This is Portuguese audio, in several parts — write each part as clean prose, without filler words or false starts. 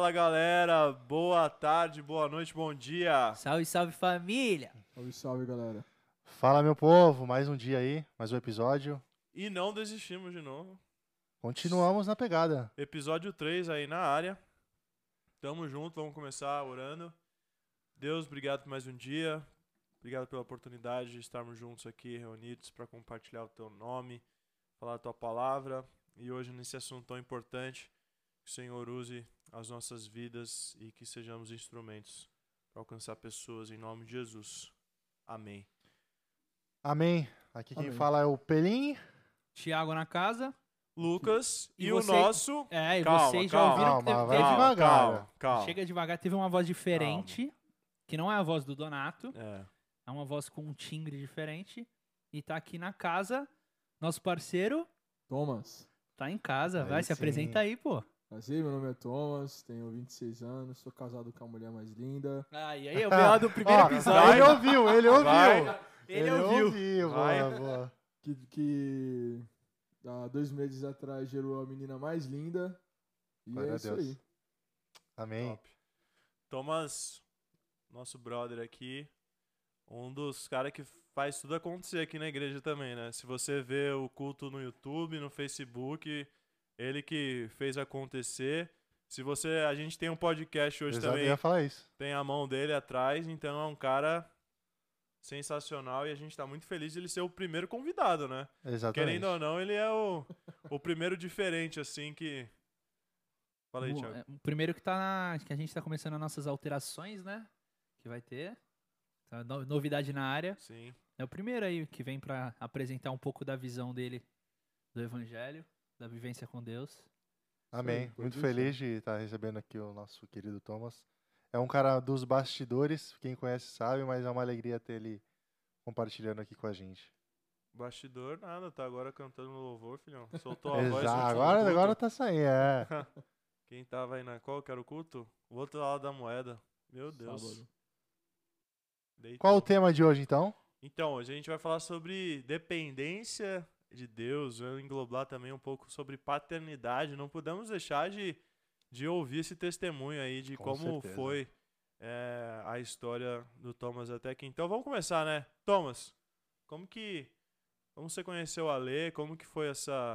Fala, galera. Boa tarde, boa noite, bom dia. Salve, salve, família. Salve, salve, galera. Fala, meu povo, mais um dia aí, mais um episódio. E não desistimos de novo. Continuamos na pegada. Episódio 3 aí na área. Tamo junto, vamos começar orando. Deus, obrigado por mais um dia. Obrigado pela oportunidade de estarmos juntos aqui, reunidos para compartilhar o teu nome, falar a tua palavra. E hoje, nesse assunto tão importante, que o Senhor use as nossas vidas e que sejamos instrumentos para alcançar pessoas em nome de Jesus. Amém. Amém. Aqui quem Amém. fala é o Pelim. Thiago na casa. Lucas E e você- o nosso... É, e Calma, vocês já calma, ouviram que calma, teve... vai devagar. Calma. Chega devagar, teve uma voz diferente, que não é a voz do Donato, É. é uma voz com um timbre diferente. E tá aqui na casa, nosso parceiro Thomas. tá em casa, Aí vai, se sim. apresenta aí, pô. Prazer, meu nome é Thomas, tenho 26 anos, sou casado com a mulher mais linda. Aí, o B.O. do primeiro Ó, episódio. ele ouviu, ele ouviu. Vai. Ele ouviu. Vai. Boa, boa. Que há 2 meses atrás gerou a menina mais linda. E Glória é a isso Deus. aí. Amém. Top. Thomas, nosso brother aqui, um dos caras que faz tudo acontecer aqui na igreja também, né? Se você vê o culto no YouTube, no Facebook, ele que fez acontecer. Se você, a gente tem um podcast hoje Exato, eu também, ia falar isso. tem a mão dele atrás, então é um cara sensacional e a gente tá muito feliz de ele ser o primeiro convidado, né? Exatamente. Querendo ou não, ele é o primeiro diferente, assim, que... Fala aí, Thiago. O primeiro que que a gente tá começando as nossas alterações, né? Que vai ter. Tá, novidade na área. Sim. É o primeiro aí que vem pra apresentar um pouco da visão dele do evangelho, da vivência com Deus. Amém. Sim, Muito pode feliz de estar recebendo aqui o nosso querido Thomas. É um cara dos bastidores, quem conhece sabe, mas é uma alegria ter ele compartilhando aqui com a gente. Bastidor, nada, tá agora cantando no louvor, filhão. Soltou a voz. no Exato, último agora culto. tá saindo, é. Quem tava aí na qual que era o culto? O outro lado da moeda. Meu Deus. Sábado. Deitou. Qual o tema de hoje, então? Então, hoje a gente vai falar sobre dependência de Deus, vai englobar também um pouco sobre paternidade. Não podemos deixar de ouvir esse testemunho aí de Com como certeza. foi a história do Thomas até aqui. Então vamos começar, né? Thomas, como você conheceu a Lê? Como que foi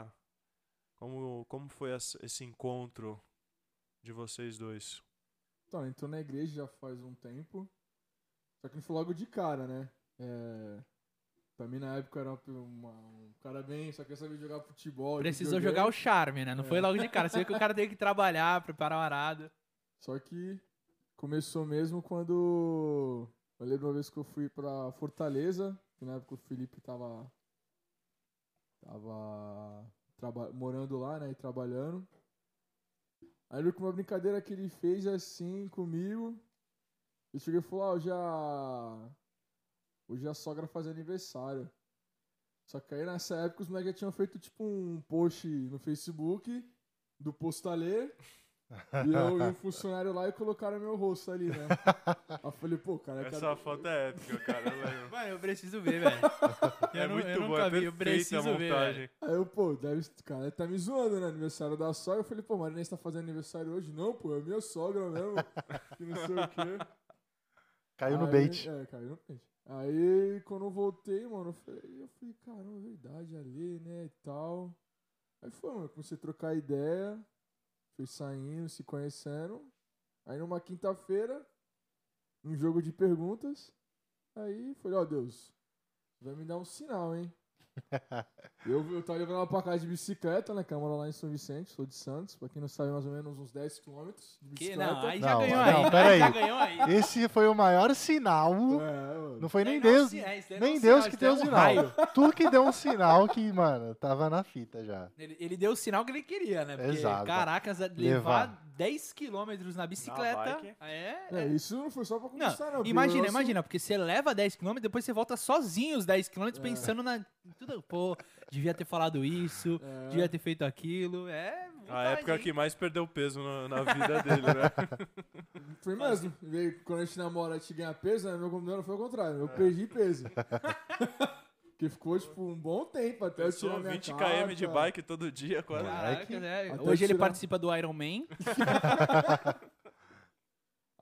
como foi esse encontro de vocês dois? Então, entrou na igreja já faz um tempo. Só que não foi logo de cara, né? Pra mim, na época, era um cara bem... Só queria saber jogar futebol. Precisou jogar o charme, né? Não foi logo de cara. Você vê que o cara teve que trabalhar, preparar uma arado. Só que começou mesmo quando... Eu lembro uma vez que eu fui pra Fortaleza, que na época o Felipe tava morando lá, né, e trabalhando. Aí ele com uma brincadeira que ele fez assim comigo, eu cheguei e falei, hoje a sogra faz aniversário. Só que aí nessa época os moleques já tinham feito tipo um post no Facebook do Postalê. E eu e um funcionário lá e colocaram meu rosto ali, né? Aí eu falei, pô, cara... Essa foto é épica, cara. Eu lembro. Mano, eu preciso ver, velho. É muito eu bom, nunca é vi, eu perfeita a preciso ver, montagem. velho. Aí eu, pô, cara, tá me zoando, né? Aniversário da sogra. Eu falei, pô, Marinês tá fazendo aniversário hoje? Não, pô, é minha sogra mesmo. Que não sei o quê. Caiu no Aí- bait. Caiu no bait. Aí, quando eu voltei, mano, eu falei, caramba, é verdade, ali, né, e tal. Aí foi, mano, comecei a trocar ideia, fui saindo, se conhecendo. Aí numa quinta-feira, um jogo de perguntas. Aí, falei, ó, Deus, vai me dar um sinal, hein? Eu tava levando ela pra casa de bicicleta, né? Que ela mora lá em São Vicente, sou de Santos. Pra quem não sabe, mais ou menos uns 10 quilômetros de Que bicicleta. não, aí já Não, ganhou não, aí. Aí peraí. já ganhou aí. Esse foi o maior sinal. Mano. Não foi nem Isso daí não Deus, é um sinal, nem isso Deus daí que é deu um o sinal. raio. Tu que deu um sinal que, mano, tava na fita já. Ele deu o sinal que ele queria, né? Porque, Exato. caracas, levar 10 quilômetros na bicicleta. bike. Isso não foi só pra Não, conquistar, não. porque o imagina, negócio- imagina, porque você leva 10 km, depois você volta sozinho os 10 km É. pensando em tudo. Pô, devia ter falado isso, É. devia ter feito aquilo. A época que mais perdeu peso na vida dele, né? Foi mesmo. E aí, quando a gente namora, a gente ganha peso, né? Meu comandante foi o contrário. Eu perdi peso. Porque ficou, tipo, um bom tempo até eu tirar Pessoa minha 20 carta. km de bike todo dia, quase. Caraca, né? Até Hoje ele tirar- participa do Iron Man.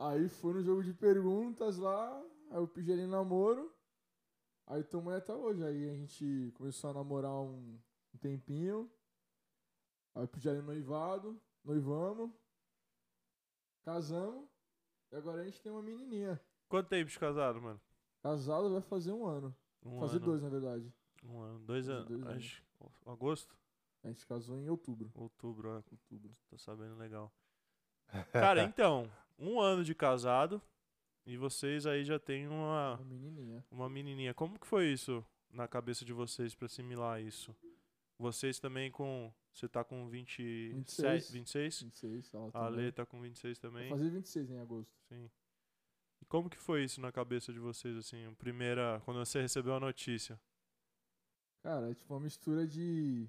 Aí foi no jogo de perguntas lá, aí eu pedi ele em namoro. Aí tomei até hoje. Aí a gente começou a namorar um tempinho. Aí eu pedi ele noivado, noivamos, casamos. E agora a gente tem uma menininha. Quanto tempo de casado, mano? Casado vai fazer 1 ano. Fazer 2, na verdade. 1 ano. 2 Fazer anos. 2 anos. Acho, agosto? A gente casou em outubro. Outubro, ó. Tô sabendo legal. Cara, então, 1 ano de casado e vocês aí já tem Uma menininha. uma menininha. Como que foi isso na cabeça de vocês pra assimilar isso? Vocês também com... Você tá com 26? 26, ela A também. Ale tá com 26 Vai também? fazer 26 em agosto. Sim. E como que foi isso na cabeça de vocês, assim, quando você recebeu a notícia? Cara, é tipo uma mistura de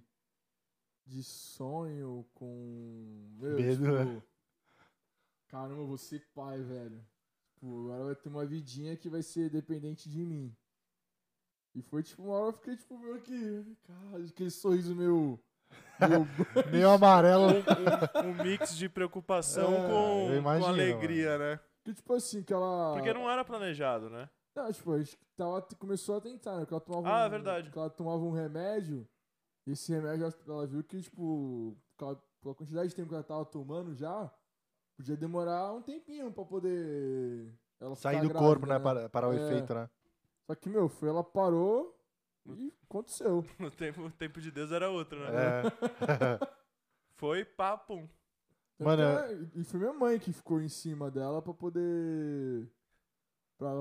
sonho com... Meu, Medo, tipo... Caramba, eu vou ser pai, velho. Tipo, agora vai ter uma vidinha que vai ser dependente de mim. E foi tipo, uma hora eu fiquei tipo, meio que... Cara, aquele sorriso meu Meio amarelo. Um mix de preocupação É, com eu imagino, alegria, né? que tipo assim, que ela... Porque não era planejado, né? Não, tipo, a gente começou a tentar, né? Que ela tomava Ah, é verdade. que ela tomava um remédio. E esse remédio, ela viu que, tipo, pela quantidade de tempo que ela tava tomando já, podia demorar um tempinho pra poder ela Sair ficar do grávida, corpo, né? Para o É. efeito, né? Só que, meu, ela parou e aconteceu. O tempo de Deus era outro, né? É. Foi papum. Tanto Mano, e foi minha mãe que ficou em cima dela pra poder... Pra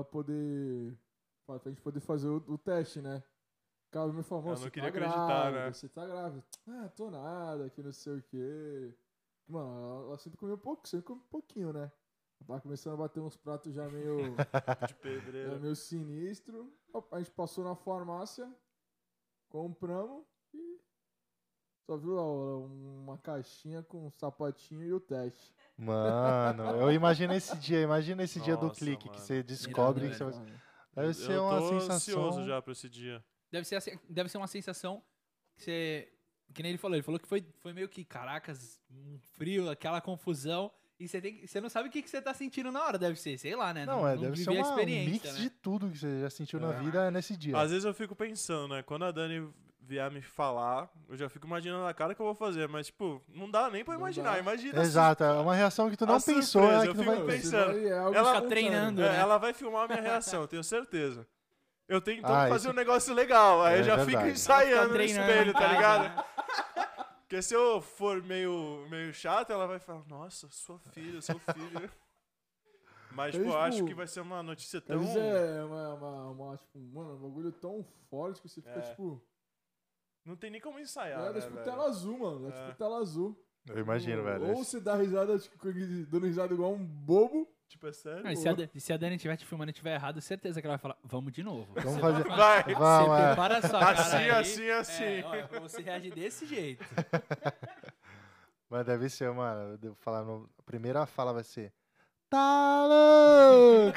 gente poder fazer o teste, né? Ela me falou, Ela não você queria tá acreditar, grávida, né? você tá grávida. Ah, tô nada, que não sei o quê. Mano, ela sempre comeu um pouquinho, né? Ela tava começando a bater uns pratos já meio, De pedreiro. meio sinistro. A gente passou na farmácia, compramos e só viu lá uma caixinha com um sapatinho e o teste. Mano, eu imagino esse dia do Nossa, clique mano. que você descobre que Irado, você velho. vai... Deve ser Eu uma tô sensação... ansioso já pra esse dia. Deve ser uma sensação que você... Que nem ele falou que foi meio que, caracas, um frio, aquela confusão. E você não sabe o que você tá sentindo na hora, deve ser, sei lá, né? Não, deve ser vivi a um experiência, mix né? de tudo que você já sentiu na vida nesse dia. Às vezes eu fico pensando, né? Quando a Dani vier me falar, eu já fico imaginando a cara que eu vou fazer. Mas, tipo, não dá nem pra Não imaginar. dá. Imagina. Exato, é uma reação que tu não a pensou, surpresa, é eu que não fico vai... pensando. Algo Ela- espontâneo. treinando, né? Ela vai filmar a minha reação, tenho certeza. Eu tenho então Ah, que fazer isso- um negócio legal. Aí É eu já verdade. fico ensaiando no treinando espelho, em tá casa, ligado? né? Porque se eu for meio chato, ela vai falar, nossa, sua filha, seu filho. Mas, Aí, pô, acho tipo, que vai ser uma notícia Às tão... vezes é tipo, mano, um bagulho tão forte que você fica, É. tipo... Não tem nem como ensaiar, É, né, tipo velho? tela azul, mano. É tipo tela azul. Eu imagino, velho. Ou você dá risada, tipo, dando risada igual um bobo. Tipo, é sério? Não, e se a Dani estiver te filmando e estiver errado, certeza que ela vai falar, vamos de novo. Vamos Você fazer... Vai. Você Vamos, é. prepara a sua cara Assim, aí. assim, assim. Olha, pra você reagir desse jeito. Mas deve ser, mano, eu devo falar a primeira fala vai ser... Tá louco!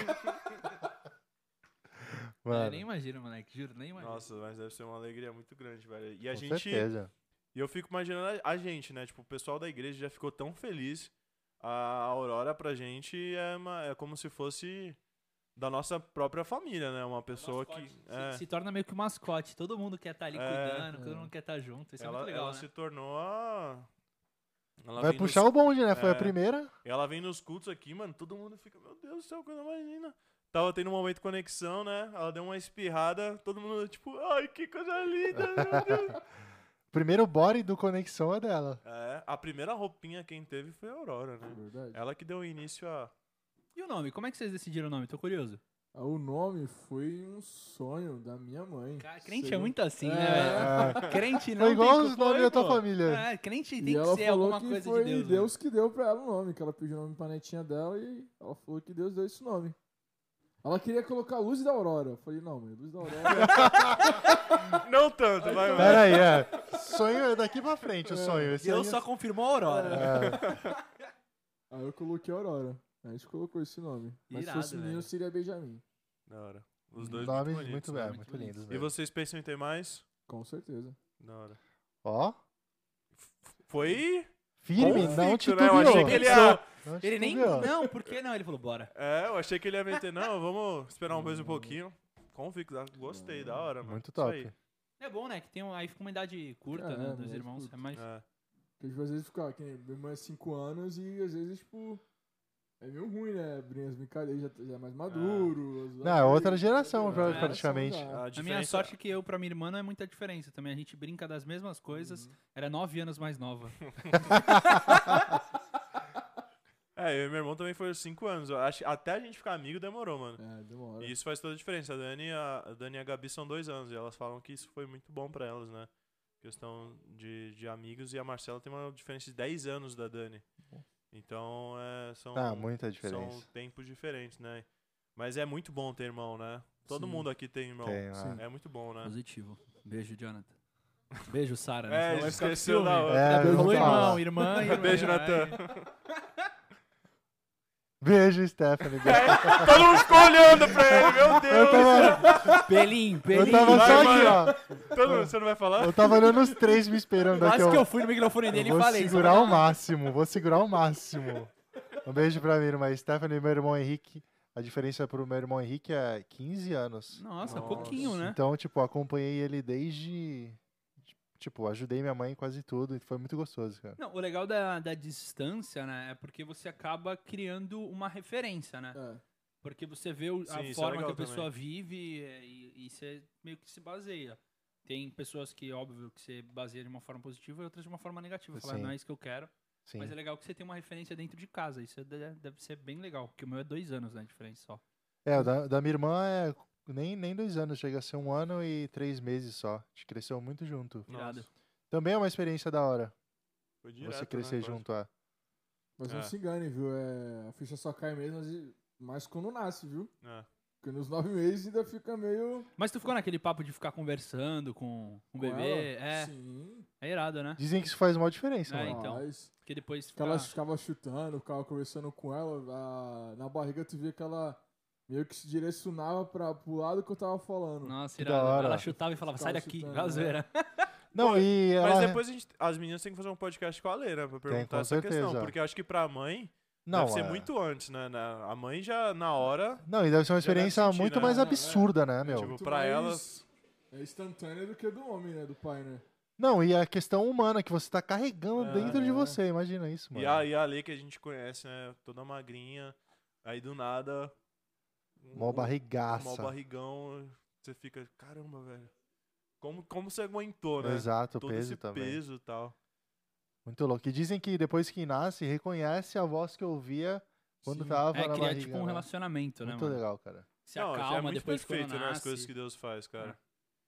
Eu Mano, nem imagino, moleque, juro, nem imagino. Nossa, mas deve ser uma alegria muito grande, velho. E a com gente... certeza. E eu fico imaginando a gente, né? Tipo, o pessoal da igreja já ficou tão feliz. A Aurora pra gente é como se fosse da nossa própria família, né? Uma pessoa que... Se torna meio que um mascote. Todo mundo quer estar ali É. cuidando, todo mundo quer estar junto. Isso é muito legal, ela né? se tornou a... Ela Vai vem puxar nos... o bonde, né? Foi a É. primeira. Ela vem nos cultos aqui, mano, todo mundo fica, meu Deus do céu, coisa mais linda. Tava tendo um momento de conexão, né? Ela deu uma espirrada, todo mundo tipo, ai, que coisa linda, meu Deus. Primeiro body do Conexão é dela. É, a primeira roupinha quem teve foi a Aurora, né? Verdade. Ela que deu início a... E o nome? Como é que vocês decidiram o nome? Tô curioso. O nome foi um sonho da minha mãe. Cara, crente Seria- é muito assim, É. né? velho? Crente não Foi igual tem os nomes da tua família. É, crente tem E que ela ser falou alguma que coisa foi de Deus. Deus que deu pra ela o nome, que ela pediu o nome pra netinha dela e ela falou que Deus deu esse nome. Ela queria colocar Luz da Aurora. Eu falei, não, mãe, Luz da Aurora... Não tanto, vai. Pera aí, Sonho é daqui pra frente, o sonho. Esse Deus aí só confirmou a Aurora. é- Aí eu coloquei Aurora. Aí a gente colocou esse nome. Mas Irado, se fosse menino, velho. seria Benjamin. Da hora. Os dois Nomes muito bonitos. muito, né? muito muito bonitos. lindos. E velho. vocês pensam em ter mais? Com certeza. Da hora. Ó, Foi Firme, não convicto, titubeou. né? Eu achei que ele ia... Não Ele nem. titubeou. Não, por que não? Ele falou, bora. Eu achei que ele ia meter, não, vamos esperar mais um pouquinho. Convicto, gostei, da hora, mano. Muito Isso top. aí. É bom, né? Que tem aí fica uma idade curta, É, né? uma Dos idade irmãos. curta. É mais. É. Porque, tipo, às vezes fica, que nem meu irmão é 5 anos e às vezes, tipo, é meio ruim, né? As brincadeiras já é mais maduro. Não, é outra geração, É, praticamente. já. A A diferença... minha sorte é que eu, pra minha irmã, não é muita diferença também. A gente brinca das mesmas coisas. Era 9 anos mais nova. Eu e meu irmão também foi 5 anos. Eu acho, até a gente ficar amigo demorou, mano. Demora. E isso faz toda a diferença. A Dani e a Gabi são 2 anos. E elas falam que isso foi muito bom pra elas, né? Questão de amigos. E a Marcela tem uma diferença de 10 anos da Dani. Então, são, Muita diferença. são tempos diferentes, né? Mas é muito bom ter irmão, né? Todo Sim. mundo aqui tem irmão. Tem, Sim. É muito bom, né? Positivo. Beijo, Jonathan. Beijo, Sara. né? Senão vai ficar com esqueceu da ciúme. outra. É, Falou vamos irmão, falar. irmã. Beijo, Natan. Beijo, Stephanie. Todo mundo ficou olhando pra ele, meu Eu Deus! tava, Pelinho, eu pelinho. tava Vai, só mano. aqui, ó. Todo mundo, você não vai falar? Eu tava olhando os três me esperando aqui. Quase que eu fui no microfone dele e Vou falei. segurar só o máximo, vou segurar o máximo. Um beijo pra minha irmã Stephanie e meu irmão Henrique. A diferença pro meu irmão Henrique é 15 anos. Nossa, Nossa. pouquinho, né? Então, tipo, acompanhei ele desde... Tipo, ajudei minha mãe em quase tudo e foi muito gostoso, cara. Não, o legal da distância, né, é porque você acaba criando uma referência, né? É. Porque você vê Sim, a isso é forma que legal a pessoa vive e você meio que se baseia. Tem pessoas que, óbvio, que você baseia de uma forma positiva e outras de uma forma negativa. Falar, Sim. não é isso que eu quero. Sim. Mas é legal que você tem uma referência dentro de casa. Isso deve ser bem legal, porque o meu é 2 anos, né, diferença só. É, o da minha irmã é nem 2 anos, chega a ser 1 ano e 3 meses só. A gente cresceu muito junto. Irado. Nossa, Também é uma experiência da hora, foi direto, você crescer né? junto. É. Mas não É. se engane, viu? A ficha só cai mesmo, mas quando nasce, viu? É. Porque nos 9 meses ainda fica meio... Mas tu ficou naquele papo de ficar conversando com o com bebê? ela. Sim. É irado, né? Dizem que isso faz uma diferença, É, mano. então. Mas Porque depois que ela fica... ficava chutando, ficava conversando com ela, na barriga tu via que ela meio que se direcionava pro lado que eu tava falando. Nossa, Que irado. da hora. Ela chutava e falava, sai Ficava daqui. chutando, Vai zoeira. Não, Pô, e ela... Mas depois as meninas têm que fazer um podcast com a Lê, né? Pra perguntar com essa questão. certeza. Porque eu acho que pra mãe Não, deve ser é. muito antes, né? A mãe já, na hora, Não, e deve ser uma Já deve experiência sentir, muito né? mais É, absurda, né, meu? tipo, Muito pra mais elas... instantânea do que do homem, né? Do pai, né? Não, e a questão humana que você tá carregando É. dentro de você, imagina isso, mano. E a Lê que a gente conhece, né? Toda magrinha. Aí do nada... Mó barrigaça. Mó barrigão. Você fica, caramba, velho. Como você aguentou, né? Exato, o Todo peso esse também. peso e tal. Muito louco. E dizem que depois que nasce, reconhece a voz que eu ouvia quando Sim. tava É, na criar barriga. tipo um né? relacionamento, né, Muito mano? legal, cara. Se Não, acalma é muito depois perfeito, quando né? As nasce. coisas que Deus faz, cara.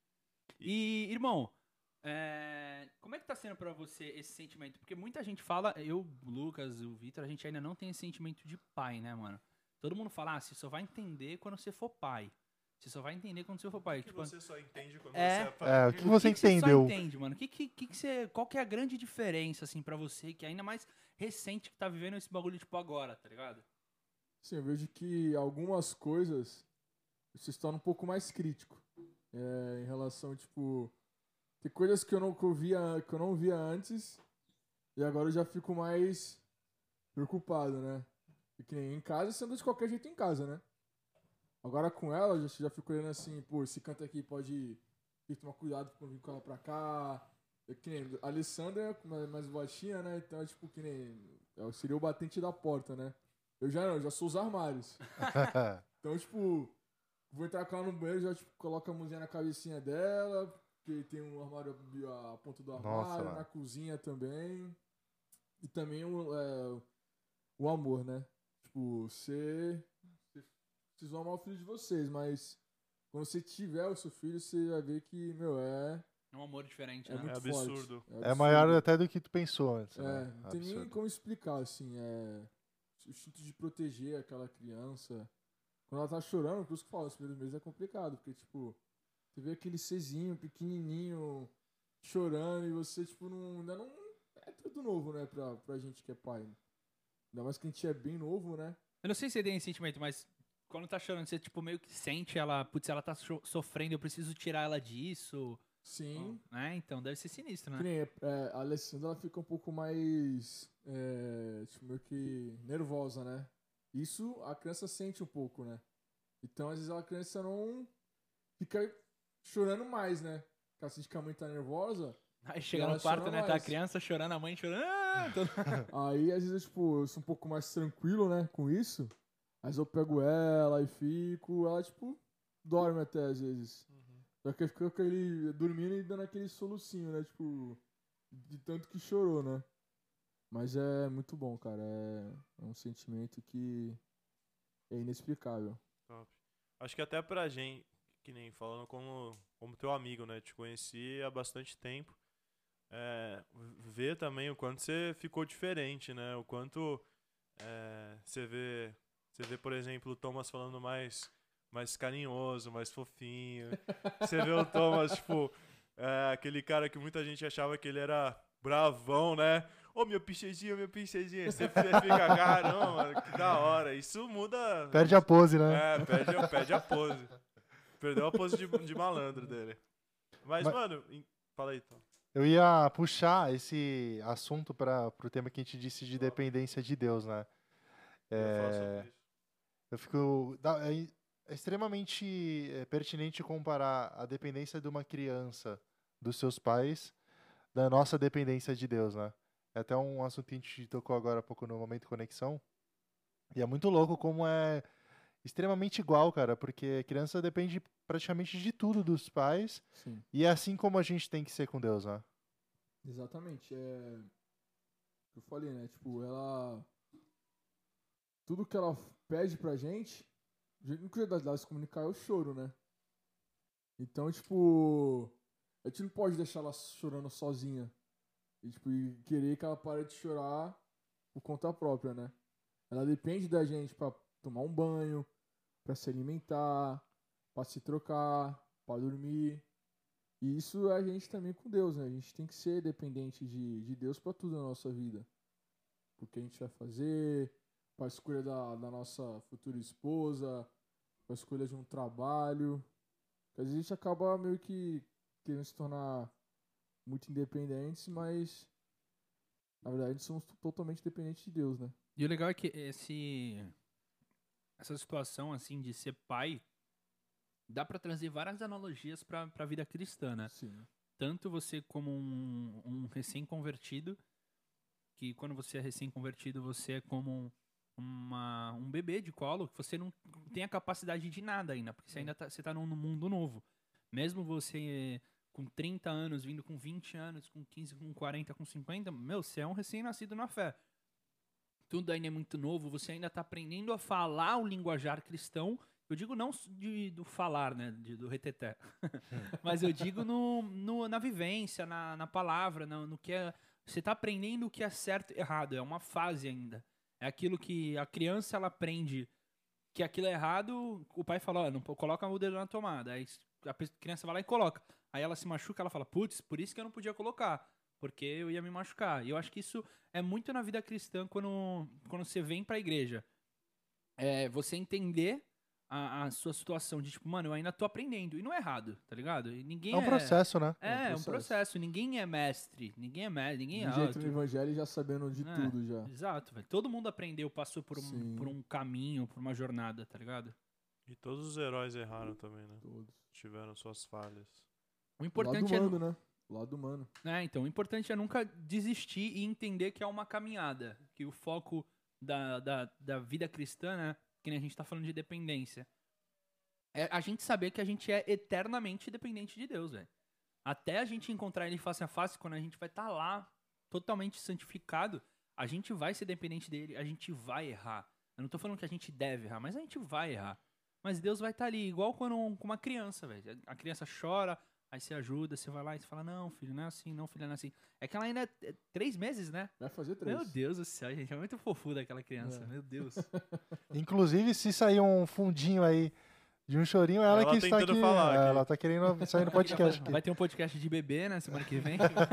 E, irmão, como é que tá sendo pra você esse sentimento? Porque muita gente fala, eu, o Lucas, o Vitor, a gente ainda não tem esse sentimento de pai, né, mano? Todo mundo fala, você só vai entender quando você for pai. Você só vai entender quando você for pai. Que Tipo, você só entende quando É. você é pai. É, o que você Você entendeu? só entende, mano? Qual que é a grande diferença, assim, pra você, que é ainda mais recente, que tá vivendo esse bagulho, tipo, agora, tá ligado? Sim, eu vejo que algumas coisas você se torna um pouco mais crítico. Em relação, tipo... Tem coisas que eu não via antes e agora eu já fico mais preocupado, né? E que nem em casa, você anda de qualquer jeito em casa, né? Agora com ela, eu já fico olhando assim, pô, esse canto aqui pode tomar cuidado pra não vir com ela pra cá. Que nem a Alessandra é mais baixinha, né? Então é tipo que nem... Seria o batente da porta, né? Eu já sou os armários. Então, tipo, vou entrar com ela no banheiro, já tipo, coloco a mãozinha na cabecinha dela, porque tem um armário, a ponta do armário, Nossa, na mano. cozinha também. E também o amor, né? Tipo, vocês vão amar o filho de vocês, mas quando você tiver o seu filho, você vai ver que, meu, É um amor diferente, né? muito É absurdo. forte. É maior até do que tu pensou antes. É, né? não tem nem Absurdo. como explicar, assim, o instinto de proteger aquela criança. Quando ela tá chorando, por isso que eu falo, os primeiros meses é complicado, porque, tipo, você vê aquele Czinho pequenininho chorando e você, tipo, ainda não... É tudo novo, né, pra gente que é pai. Ainda mais que a gente é bem novo, né? Eu não sei se você tem esse sentimento, mas quando tá chorando, você, tipo, meio que sente ela, putz, ela tá sofrendo, eu preciso tirar ela disso. Sim. Né? Então deve ser sinistro, Que né? nem, a Alessandra, ela fica um pouco mais, tipo, meio que nervosa, né? Isso a criança sente um pouco, né? Então, às vezes, a criança não fica chorando mais, né? Porque ela sente que a mãe tá nervosa. Aí chega ela no quarto, chora né? Tá a mais. criança chorando, a mãe chorando. Aí, às vezes, tipo, eu sou um pouco mais tranquilo, né? Com isso. Mas eu pego ela e fico... Ela, tipo, dorme até, às vezes. Só que fica com ele dormindo e dando aquele solucinho, né? Tipo, de tanto que chorou, né? Mas é muito bom, cara. É um sentimento que é inexplicável. Top. Acho que até pra gente, que nem falando como teu amigo, né? Te conheci há bastante tempo. Ver também o quanto você ficou diferente, né? O quanto você vê, por exemplo, o Thomas falando mais carinhoso, mais fofinho. Você vê o Thomas, tipo, aquele cara que muita gente achava que ele era bravão, né? Ô, meu pinchezinho. Você fica, caramba, que da hora. Isso muda. Perde a pose, né? Perde a pose. Perdeu a pose de malandro dele. Mas, mano, fala aí, Tom. Eu ia puxar esse assunto para o tema que a gente disse de dependência de Deus, né? Eu ia falar sobre isso. Eu fico... É extremamente pertinente comparar a dependência de uma criança dos seus pais da nossa dependência de Deus, né? É até um assunto que a gente tocou agora há pouco no Momento Conexão. E é muito louco como é extremamente igual, cara, porque a criança depende praticamente de tudo dos pais. Sim. E é assim como a gente tem que ser com Deus, né? Exatamente. Eu falei, né? Tipo, ela... Tudo que ela pede pra gente, o único jeito dela se comunicar é o choro, né? Então, tipo... A gente não pode deixar ela chorando sozinha. E, tipo, e querer que ela pare de chorar por conta própria, né? Ela depende da gente pra tomar um banho, pra se alimentar, pra se trocar, pra dormir. E isso é a gente também com Deus, né? A gente tem que ser dependente de Deus pra tudo na nossa vida. Porque a gente vai fazer, pra escolha da nossa futura esposa, pra escolha de um trabalho. Às vezes a gente acaba meio que querendo se tornar muito independentes, mas na verdade somos totalmente dependentes de Deus, né? E o legal é que essa situação, assim, de ser pai, dá pra trazer várias analogias pra vida cristã, né? Sim. Tanto você como um recém-convertido, que quando você é recém-convertido, você é como um bebê de colo, que você não tem a capacidade de nada ainda, porque você ainda tá num mundo novo. Mesmo você com 30 anos, vindo com 20 anos, com 15, com 40, com 50, você é um recém-nascido na fé. Tudo ainda é muito novo, você ainda tá aprendendo a falar o linguajar cristão. Eu digo não do falar, né, do reteté, mas eu digo na vivência, na palavra, no que é... Você tá aprendendo o que é certo e errado, é uma fase ainda. É aquilo que a criança, ela aprende que aquilo é errado, o pai fala, ó, não coloca o dedo na tomada. Aí a criança vai lá e coloca. Aí ela se machuca, ela fala, putz, por isso que eu não podia colocar, porque eu ia me machucar. E eu acho que isso é muito na vida cristã quando você vem pra igreja. Você entender a sua situação de tipo, mano, eu ainda tô aprendendo. E não é errado, tá ligado? E ninguém É um processo, né? É um processo. Ninguém é mestre. Ninguém é De jeito no evangelho já sabendo de tudo já. Exato, velho. Todo mundo aprendeu, passou por um caminho, por uma jornada, tá ligado? E todos os heróis erraram também, né? Todos. Tiveram suas falhas. O importante lado humano, né? Lado humano. Então, o importante é nunca desistir e entender que é uma caminhada. Que o foco da vida cristã, né? Que nem a gente tá falando de dependência. É a gente saber que a gente é eternamente dependente de Deus, velho. Até a gente encontrar ele face a face, quando a gente vai estar lá, totalmente santificado, a gente vai ser dependente dele, a gente vai errar. Eu não tô falando que a gente deve errar, mas a gente vai errar. Mas Deus vai estar ali, igual com uma criança, velho. A criança chora, aí você ajuda, você vai lá e você fala, não, filho, não é assim, não, filho, não é assim. É que ela ainda é 3 meses, né? Vai fazer 3. Meu Deus do céu, gente, é muito fofuda daquela criança, meu Deus. Inclusive, se sair um fundinho aí de um chorinho, ela que está aqui. Ela tá querendo sair no podcast aqui. Vai ter um podcast de bebê, né, semana que vem.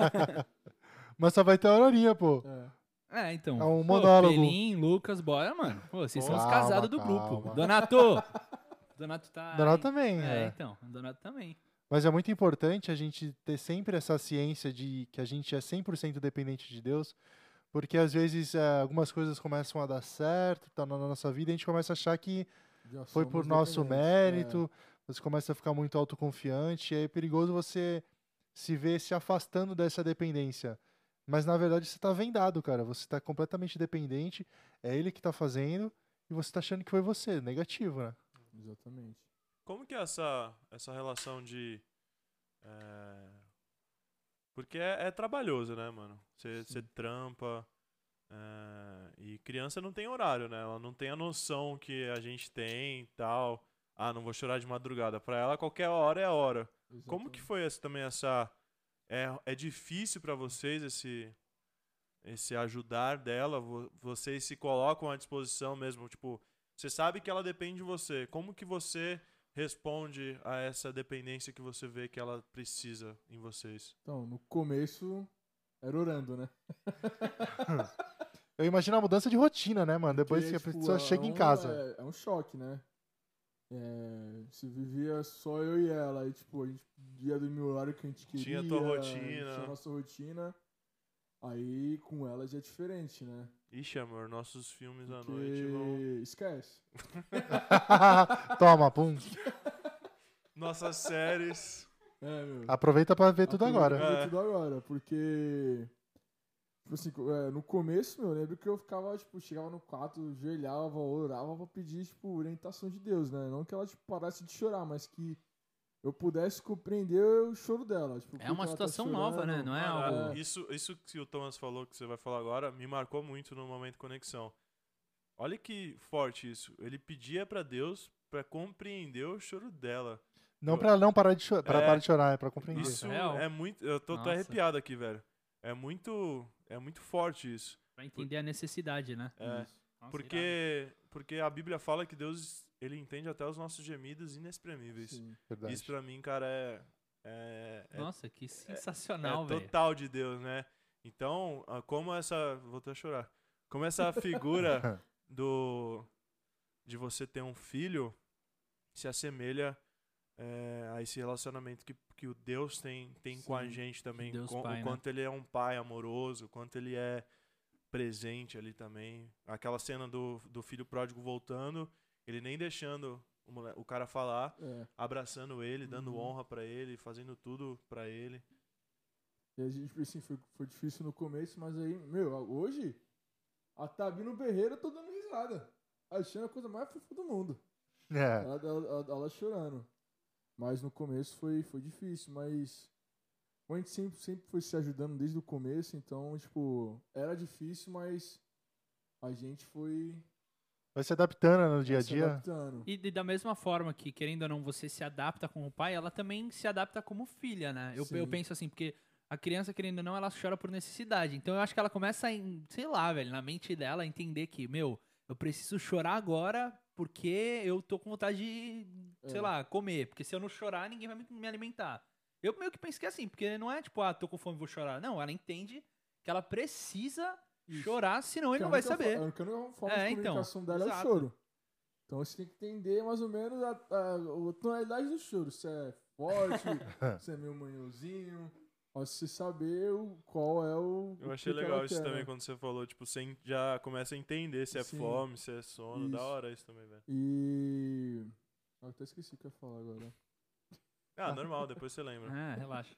Mas só vai ter a Aurorinha, pô. Então. É um monólogo. Pelim, Lucas, bora, mano. Pô, vocês são os casados do grupo. Calma. Donato! Donato tá... Donato também, então. Donato também. Mas é muito importante a gente ter sempre essa ciência de que a gente é 100% dependente de Deus, porque às vezes algumas coisas começam a dar certo, tá na nossa vida, e a gente começa a achar que Já foi por somos nosso dependentes. mérito, você começa a ficar muito autoconfiante, e aí é perigoso você se ver se afastando dessa dependência. Mas na verdade você está vendado, cara. Você está completamente dependente, é ele que está fazendo, e você está achando que foi você. Negativo, né? Exatamente. Como que é essa relação de. é, Porque é trabalhoso, né, mano? Você Sim. trampa. E criança não tem horário, né? Ela não tem a noção que a gente tem e tal. Ah, não vou chorar de madrugada. Pra ela, qualquer hora é a hora. Como que Exatamente. foi também essa. É difícil pra vocês esse ajudar dela? Vocês se colocam à disposição mesmo? Tipo, você sabe que ela depende de você. Como que você responde a essa dependência que você vê que ela precisa em vocês? Então, no começo era orando, né? Eu imagino a mudança de rotina, né, mano? Depois Porque, que a tipo, pessoa chega em casa. é um choque, né? Se vivia só eu e ela, e tipo, a gente ia dormir o horário que a gente queria, Tinha tua tinha a rotina. nossa rotina, aí com ela já é diferente, né? Ixi, amor, nossos filmes à Porque noite vão. esquece. Toma, pum. Nossas séries. Meu. Aproveita pra ver tudo Aproveita agora. pra ver É. tudo agora, porque tipo assim, no começo, meu, eu lembro que eu ficava, tipo, chegava no quarto, ajoelhava, orava pra pedir, tipo, orientação de Deus, né? Não que ela, tipo, parasse de chorar, mas que eu pudesse compreender o choro dela. Tipo, É uma por que ela tá situação nova, né? chorando. Não é Mano, algo... isso que o Thomas falou, que você vai falar agora, me marcou muito no momento de conexão. Olha que forte isso. Ele pedia pra Deus pra compreender o choro dela. Não pra não parar de chorar, parar É, de chorar, é pra compreender. Isso real? é muito. Eu tô Nossa. arrepiado aqui, velho. É muito forte isso. Pra entender a necessidade, né? É, Isso. Nossa, irado. porque a Bíblia fala que Deus, ele entende até os nossos gemidos inexprimíveis. Sim. Verdade. Isso pra mim, cara, é Nossa, que sensacional, velho. total de Deus, né? Então, como essa. Vou até chorar. Como essa figura de você ter um filho se assemelha a esse relacionamento que o Deus tem com a Sim. gente também. Deus O Pai, né? quanto ele é um pai amoroso, o quanto ele é presente ali também. Aquela cena do filho pródigo voltando, ele nem deixando o cara falar, É. abraçando ele, dando Uhum. honra pra ele, fazendo tudo pra ele. E a gente, assim, foi difícil no começo, mas aí, meu, hoje, a Tabi no berreiro eu tô dando risada. Achando a coisa mais fofa do mundo. É. Ela chorando. Mas no começo foi difícil, mas a gente sempre foi se ajudando desde o começo, então, tipo, era difícil, mas a gente foi Vai se adaptando no dia a se dia. adaptando. E da mesma forma que, querendo ou não, você se adapta com o pai, ela também se adapta como filha, né? Eu Sim. penso assim, porque a criança, querendo ou não, ela chora por necessidade. Então eu acho que ela começa, sei lá, velho, na mente dela, a entender que, meu, eu preciso chorar agora porque eu tô com vontade de, sei É. lá, comer. Porque se eu não chorar, ninguém vai me alimentar. Eu meio que penso que é assim, porque não é tipo, tô com fome, vou chorar. Não, ela entende que ela precisa Isso. chorar, senão ele Que não a vai única saber. A única forma É, de então, comunicação dela é o exato. choro. Então você tem que entender mais ou menos a tonalidade do choro. Se é forte, se é meio manhãozinho. Pra você saber qual é o. Eu o achei que legal ela isso quer, também né? quando você falou, tipo, você já começa a entender se é Sim. fome, se é sono. Da Isso. hora isso também, velho. E. Eu até esqueci o que eu ia falar agora. Ah, normal, depois você lembra. Ah, relaxa.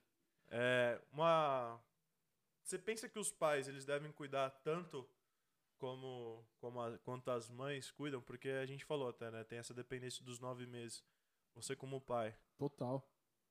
Você pensa que os pais, eles devem cuidar tanto quanto as mães cuidam? Porque a gente falou até, né? Tem essa dependência dos 9 meses. Você como pai. Total.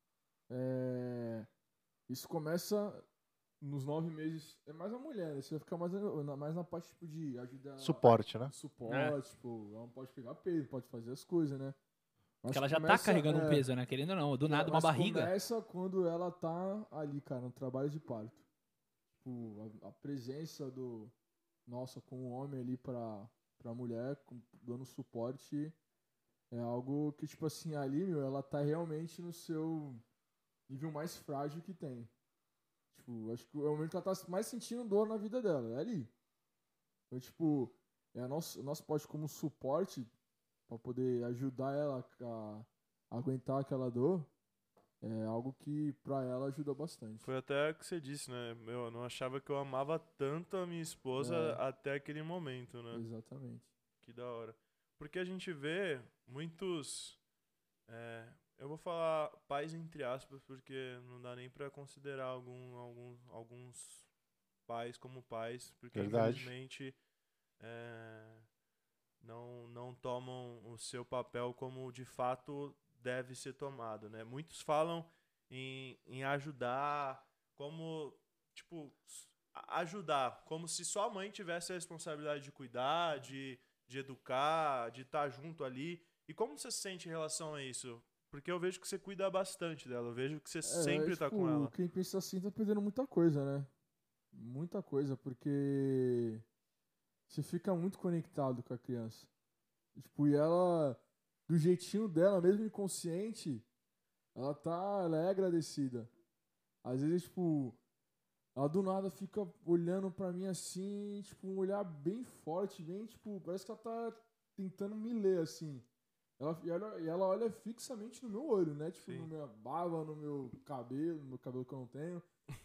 Isso começa nos 9 meses. É mais a mulher, né? Você vai ficar mais na parte tipo, de ajudar. Suporte, né? Suporte, tipo, ela não pode pegar peso, pode fazer as coisas, né? Mas Porque ela já tá começa- carregando um peso, né? Querendo ou não, do nada uma mas barriga. começa quando ela tá ali, cara, no trabalho de parto. Tipo, a presença do. Nossa, com o homem ali pra mulher, dando suporte, é algo que, tipo assim, ali, meu, ela tá realmente no seu nível mais frágil que tem. Tipo, acho que é o momento que ela tá mais sentindo dor na vida dela, é ali. Então, tipo, nosso pote como suporte pra poder ajudar ela a aguentar aquela dor é algo que pra ela ajuda bastante. Foi até o que você disse, né? Eu não achava que eu amava tanto a minha esposa até aquele momento, né? Exatamente. Que da hora. Porque a gente vê muitos... eu vou falar pais entre aspas, porque não dá nem pra considerar alguns pais como pais, porque Verdade. infelizmente não tomam o seu papel como de fato deve ser tomado, né? Muitos falam em ajudar, como, tipo, ajudar, como se só a mãe tivesse a responsabilidade de cuidar, de educar, de estar junto ali. E como você se sente em relação a isso? Porque eu vejo que você cuida bastante dela, eu vejo que você sempre tá com ela. Quem pensa assim tá perdendo muita coisa, né? Muita coisa, porque você fica muito conectado com a criança. Tipo, e ela, do jeitinho dela, mesmo inconsciente, ela é agradecida. Às vezes, tipo, ela do nada fica olhando pra mim assim, tipo, um olhar bem forte, bem, tipo, parece que ela tá tentando me ler, assim. Ela olha fixamente no meu olho, né? Tipo, Sim. na minha barba, no meu cabelo que eu não tenho.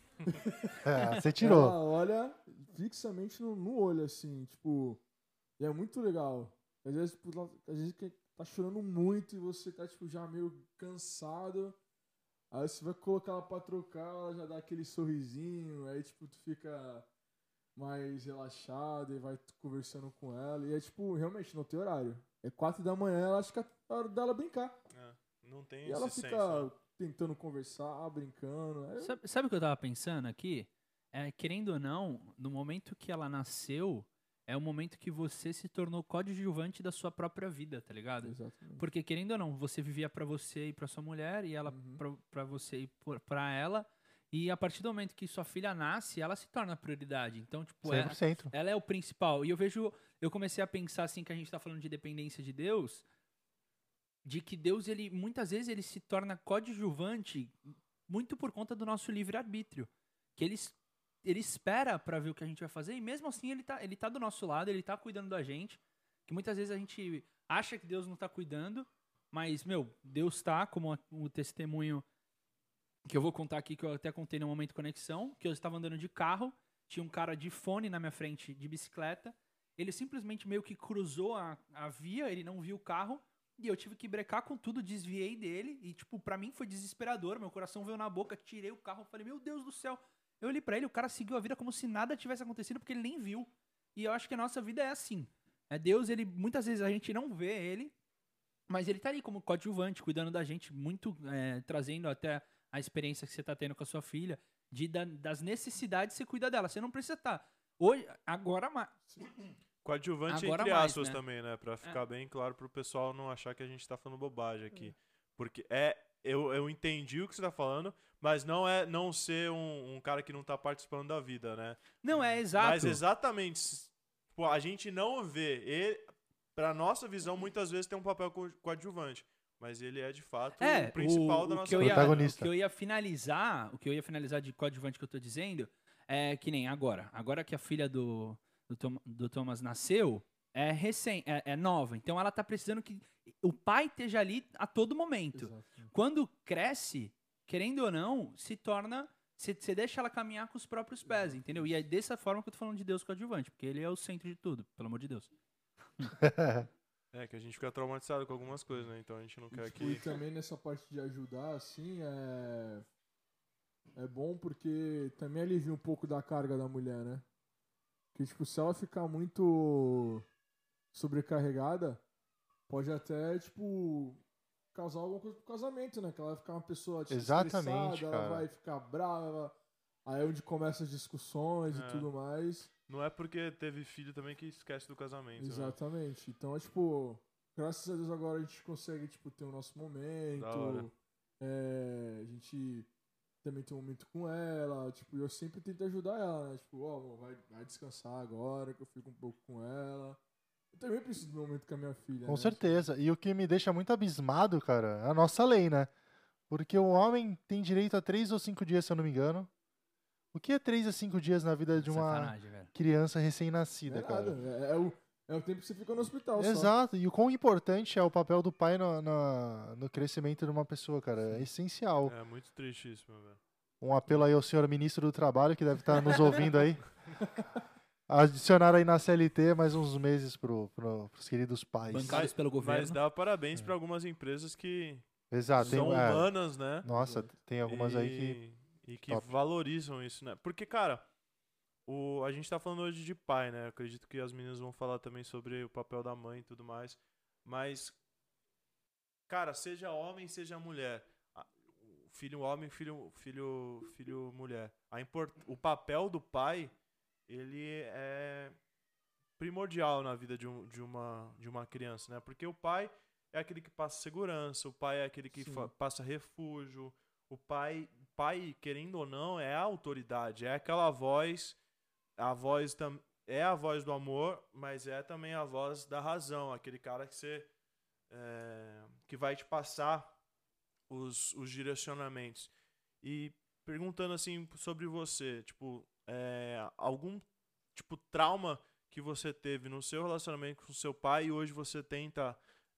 Você tirou. Ela olha fixamente no olho, assim, tipo, e é muito legal. Às vezes, tipo, às vezes que tá chorando muito e você tá, tipo, já meio cansado. Aí você vai colocar ela pra trocar, ela já dá aquele sorrisinho, aí, tipo, tu fica mais relaxado e vai conversando com ela. E é, tipo, realmente, não tem horário. É 4 da manhã, ela acha que é a hora dela brincar. Não tem E ela esse fica senso, né? tentando conversar, brincando. Sabe o que eu tava pensando aqui? Querendo ou não, no momento que ela nasceu, é o momento que você se tornou coadjuvante da sua própria vida, tá ligado? Exatamente. Porque, querendo ou não, você vivia pra você e pra sua mulher, e ela pra você e pra ela. E a partir do momento que sua filha nasce, ela se torna a prioridade. Então, tipo, 100%. ela é o principal. E eu comecei a pensar assim, que a gente tá falando de dependência de Deus, de que Deus, ele muitas vezes ele se torna coadjuvante muito por conta do nosso livre-arbítrio. Que ele espera pra ver o que a gente vai fazer, e mesmo assim ele tá do nosso lado, ele tá cuidando da gente. Que muitas vezes a gente acha que Deus não tá cuidando, mas, Deus tá, como o testemunho que eu vou contar aqui, que eu até contei no Momento Conexão, que eu estava andando de carro, tinha um cara de fone na minha frente de bicicleta, ele simplesmente meio que cruzou a via, ele não viu o carro, e eu tive que brecar com tudo, desviei dele, e, tipo, pra mim foi desesperador, meu coração veio na boca, tirei o carro, falei, meu Deus do céu. Eu olhei pra ele, o cara seguiu a vida como se nada tivesse acontecido, porque ele nem viu. E eu acho que a nossa vida é assim. Deus, ele, muitas vezes a gente não vê ele, mas ele tá ali como coadjuvante, cuidando da gente, muito, trazendo até a experiência que você tá tendo com a sua filha, das necessidades você cuida dela. Você não precisa estar hoje, agora mais. Coadjuvante Agora entre mais, aspas né? também, né? Pra ficar bem claro pro pessoal não achar que a gente tá falando bobagem aqui. Porque eu entendi o que você tá falando, mas não é não ser um cara que não tá participando da vida, né? Não, é exato. Mas exatamente, pô, a gente não vê. Ele, pra nossa visão, muitas vezes tem um papel coadjuvante. Mas ele é, de fato, o principal da nossa vida. Protagonista. O que eu ia finalizar de coadjuvante que eu tô dizendo, é que nem agora. Agora que a filha do Thomas nasceu, é nova. Então ela tá precisando que o pai esteja ali a todo momento. Exato. Quando cresce, querendo ou não, se torna... Você deixa ela caminhar com os próprios pés, entendeu? E é dessa forma que eu tô falando de Deus coadjuvante, porque ele é o centro de tudo, pelo amor de Deus. Que a gente fica traumatizado com algumas coisas, né? Então a gente não quer que... E também nessa parte de ajudar, assim, é bom porque também alivia um pouco da carga da mulher, né? Porque, tipo, se ela ficar muito sobrecarregada, pode até, tipo, causar alguma coisa pro casamento, né? Que ela vai ficar uma pessoa tipo, Exatamente, estressada, ela cara. vai ficar brava, aí é onde começam as discussões e É. tudo mais. Não é porque teve filho também que esquece do casamento, né? Exatamente. Então, é tipo, graças a Deus agora a gente consegue, tipo, ter o nosso Da hora. momento. A gente também tem um momento com ela. Tipo, eu sempre tento ajudar ela, né? Tipo, amor, vai descansar agora, que eu fico um pouco com ela. Eu também preciso do meu momento com a minha filha. Com né? certeza. E o que me deixa muito abismado, cara, é a nossa lei, né? Porque o homem tem direito a 3 ou 5 dias, se eu não me engano. O que é 3 a 5 dias na vida de uma Sacanagem, velho. criança Não recém-nascida, é cara? nada. É o tempo que você fica no hospital só. Exato, e o quão importante é o papel do pai no crescimento de uma pessoa, cara. É essencial. É muito triste isso, meu velho. Um apelo aí ao senhor ministro do Trabalho, que deve estar nos ouvindo aí. Adicionar aí na CLT mais uns meses pros queridos pais. Bancados pelo governo. Mas dá parabéns pra algumas empresas que Exato. são humanas, né? Nossa, tem algumas aí que... E que top. valorizam isso, né? Porque, cara, a gente tá falando hoje de pai, né? Eu acredito que as meninas vão falar também sobre o papel da mãe e tudo mais. Mas, cara, seja homem, seja mulher. Filho homem, filho mulher. O papel do pai, ele é primordial na vida de uma criança, né? Porque o pai é aquele que passa segurança, o pai é aquele que passa refúgio. O pai, querendo ou não, é a autoridade, é aquela voz, é a voz do amor, mas é também a voz da razão, aquele cara que vai te passar os direcionamentos. E perguntando assim sobre você, tipo, algum tipo trauma que você teve no seu relacionamento com seu pai e hoje você tenta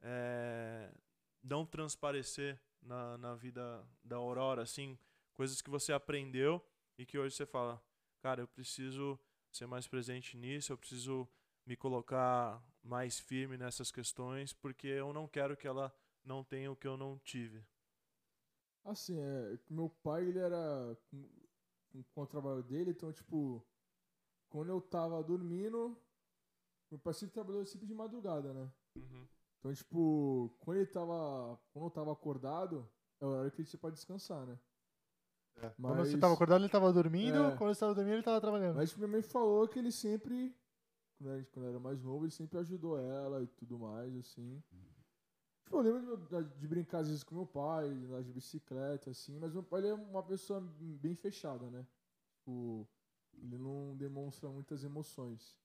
não transparecer na vida da Aurora, assim, coisas que você aprendeu e que hoje você fala, cara, eu preciso ser mais presente nisso, eu preciso me colocar mais firme nessas questões, porque eu não quero que ela não tenha o que eu não tive. Assim, meu pai, ele era com o trabalho dele, então, tipo, quando eu tava dormindo, meu pai sempre trabalhou sempre de madrugada, né? Uhum. Então, tipo, quando eu tava acordado, é o horário que ele tinha pra descansar, né? Quando você tava acordado, ele tava dormindo. É. Quando você tava dormindo, ele tava trabalhando. Mas minha mãe falou que ele sempre, quando era mais novo, ele sempre ajudou ela e tudo mais, assim. Tipo, eu lembro de brincar às vezes com meu pai, andar de bicicleta, assim, mas meu pai ele é uma pessoa bem fechada, né? Tipo, ele não demonstra muitas emoções.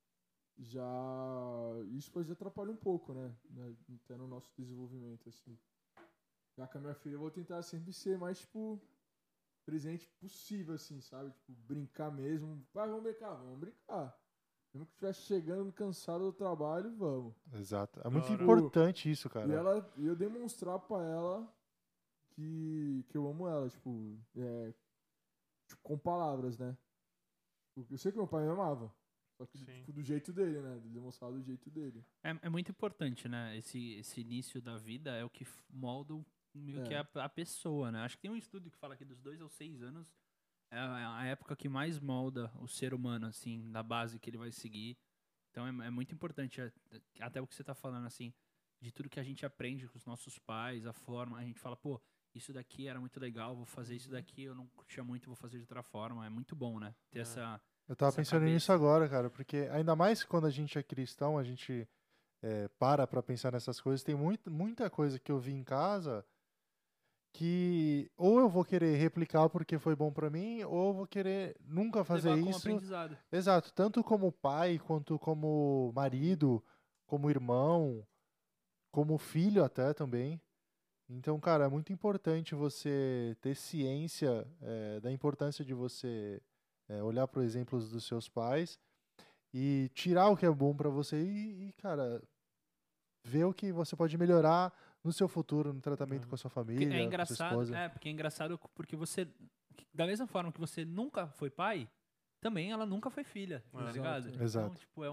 Isso pode atrapalhar um pouco, né? Até no nosso desenvolvimento, assim. Já com a minha filha, eu vou tentar sempre ser mais, tipo, presente possível, assim, sabe? Tipo, brincar mesmo. Pai, vamos brincar. Mesmo que estivesse chegando cansado do trabalho, vamos. Exato. É muito Cara. importante isso, cara. E eu demonstrar pra ela que eu amo ela, tipo, com palavras, né? Eu sei que meu pai me amava. Só que tipo, do jeito dele, né? De demonstrar do jeito dele. É muito importante, né? Esse início da vida é o que molda meio que a pessoa, né? Acho que tem um estudo que fala que dos 2 aos 6 anos é a época que mais molda o ser humano, assim, da base que ele vai seguir. Então é muito importante, até o que você tá falando, assim, de tudo que a gente aprende com os nossos pais, a forma, a gente fala, pô, isso daqui era muito legal, vou fazer isso daqui, eu não curtia muito, vou fazer de outra forma. É muito bom, né? Ter essa... Eu tava essa pensando cabeça. nisso agora, cara, porque ainda mais quando a gente é cristão, a gente para pensar nessas coisas. Tem muita coisa que eu vi em casa que ou eu vou querer replicar porque foi bom pra mim, ou eu vou querer nunca fazer levar como isso. aprendizado. Exato, tanto como pai, quanto como marido, como irmão, como filho até também. Então, cara, é muito importante você ter ciência da importância de você olhar para os exemplos dos seus pais e tirar o que é bom para você e, cara, ver o que você pode melhorar no seu futuro, no tratamento com a sua família, É com a sua engraçado, esposa. porque é engraçado porque você, da mesma forma que você nunca foi pai, também ela nunca foi filha, tá ligado? Exato. Então, tipo,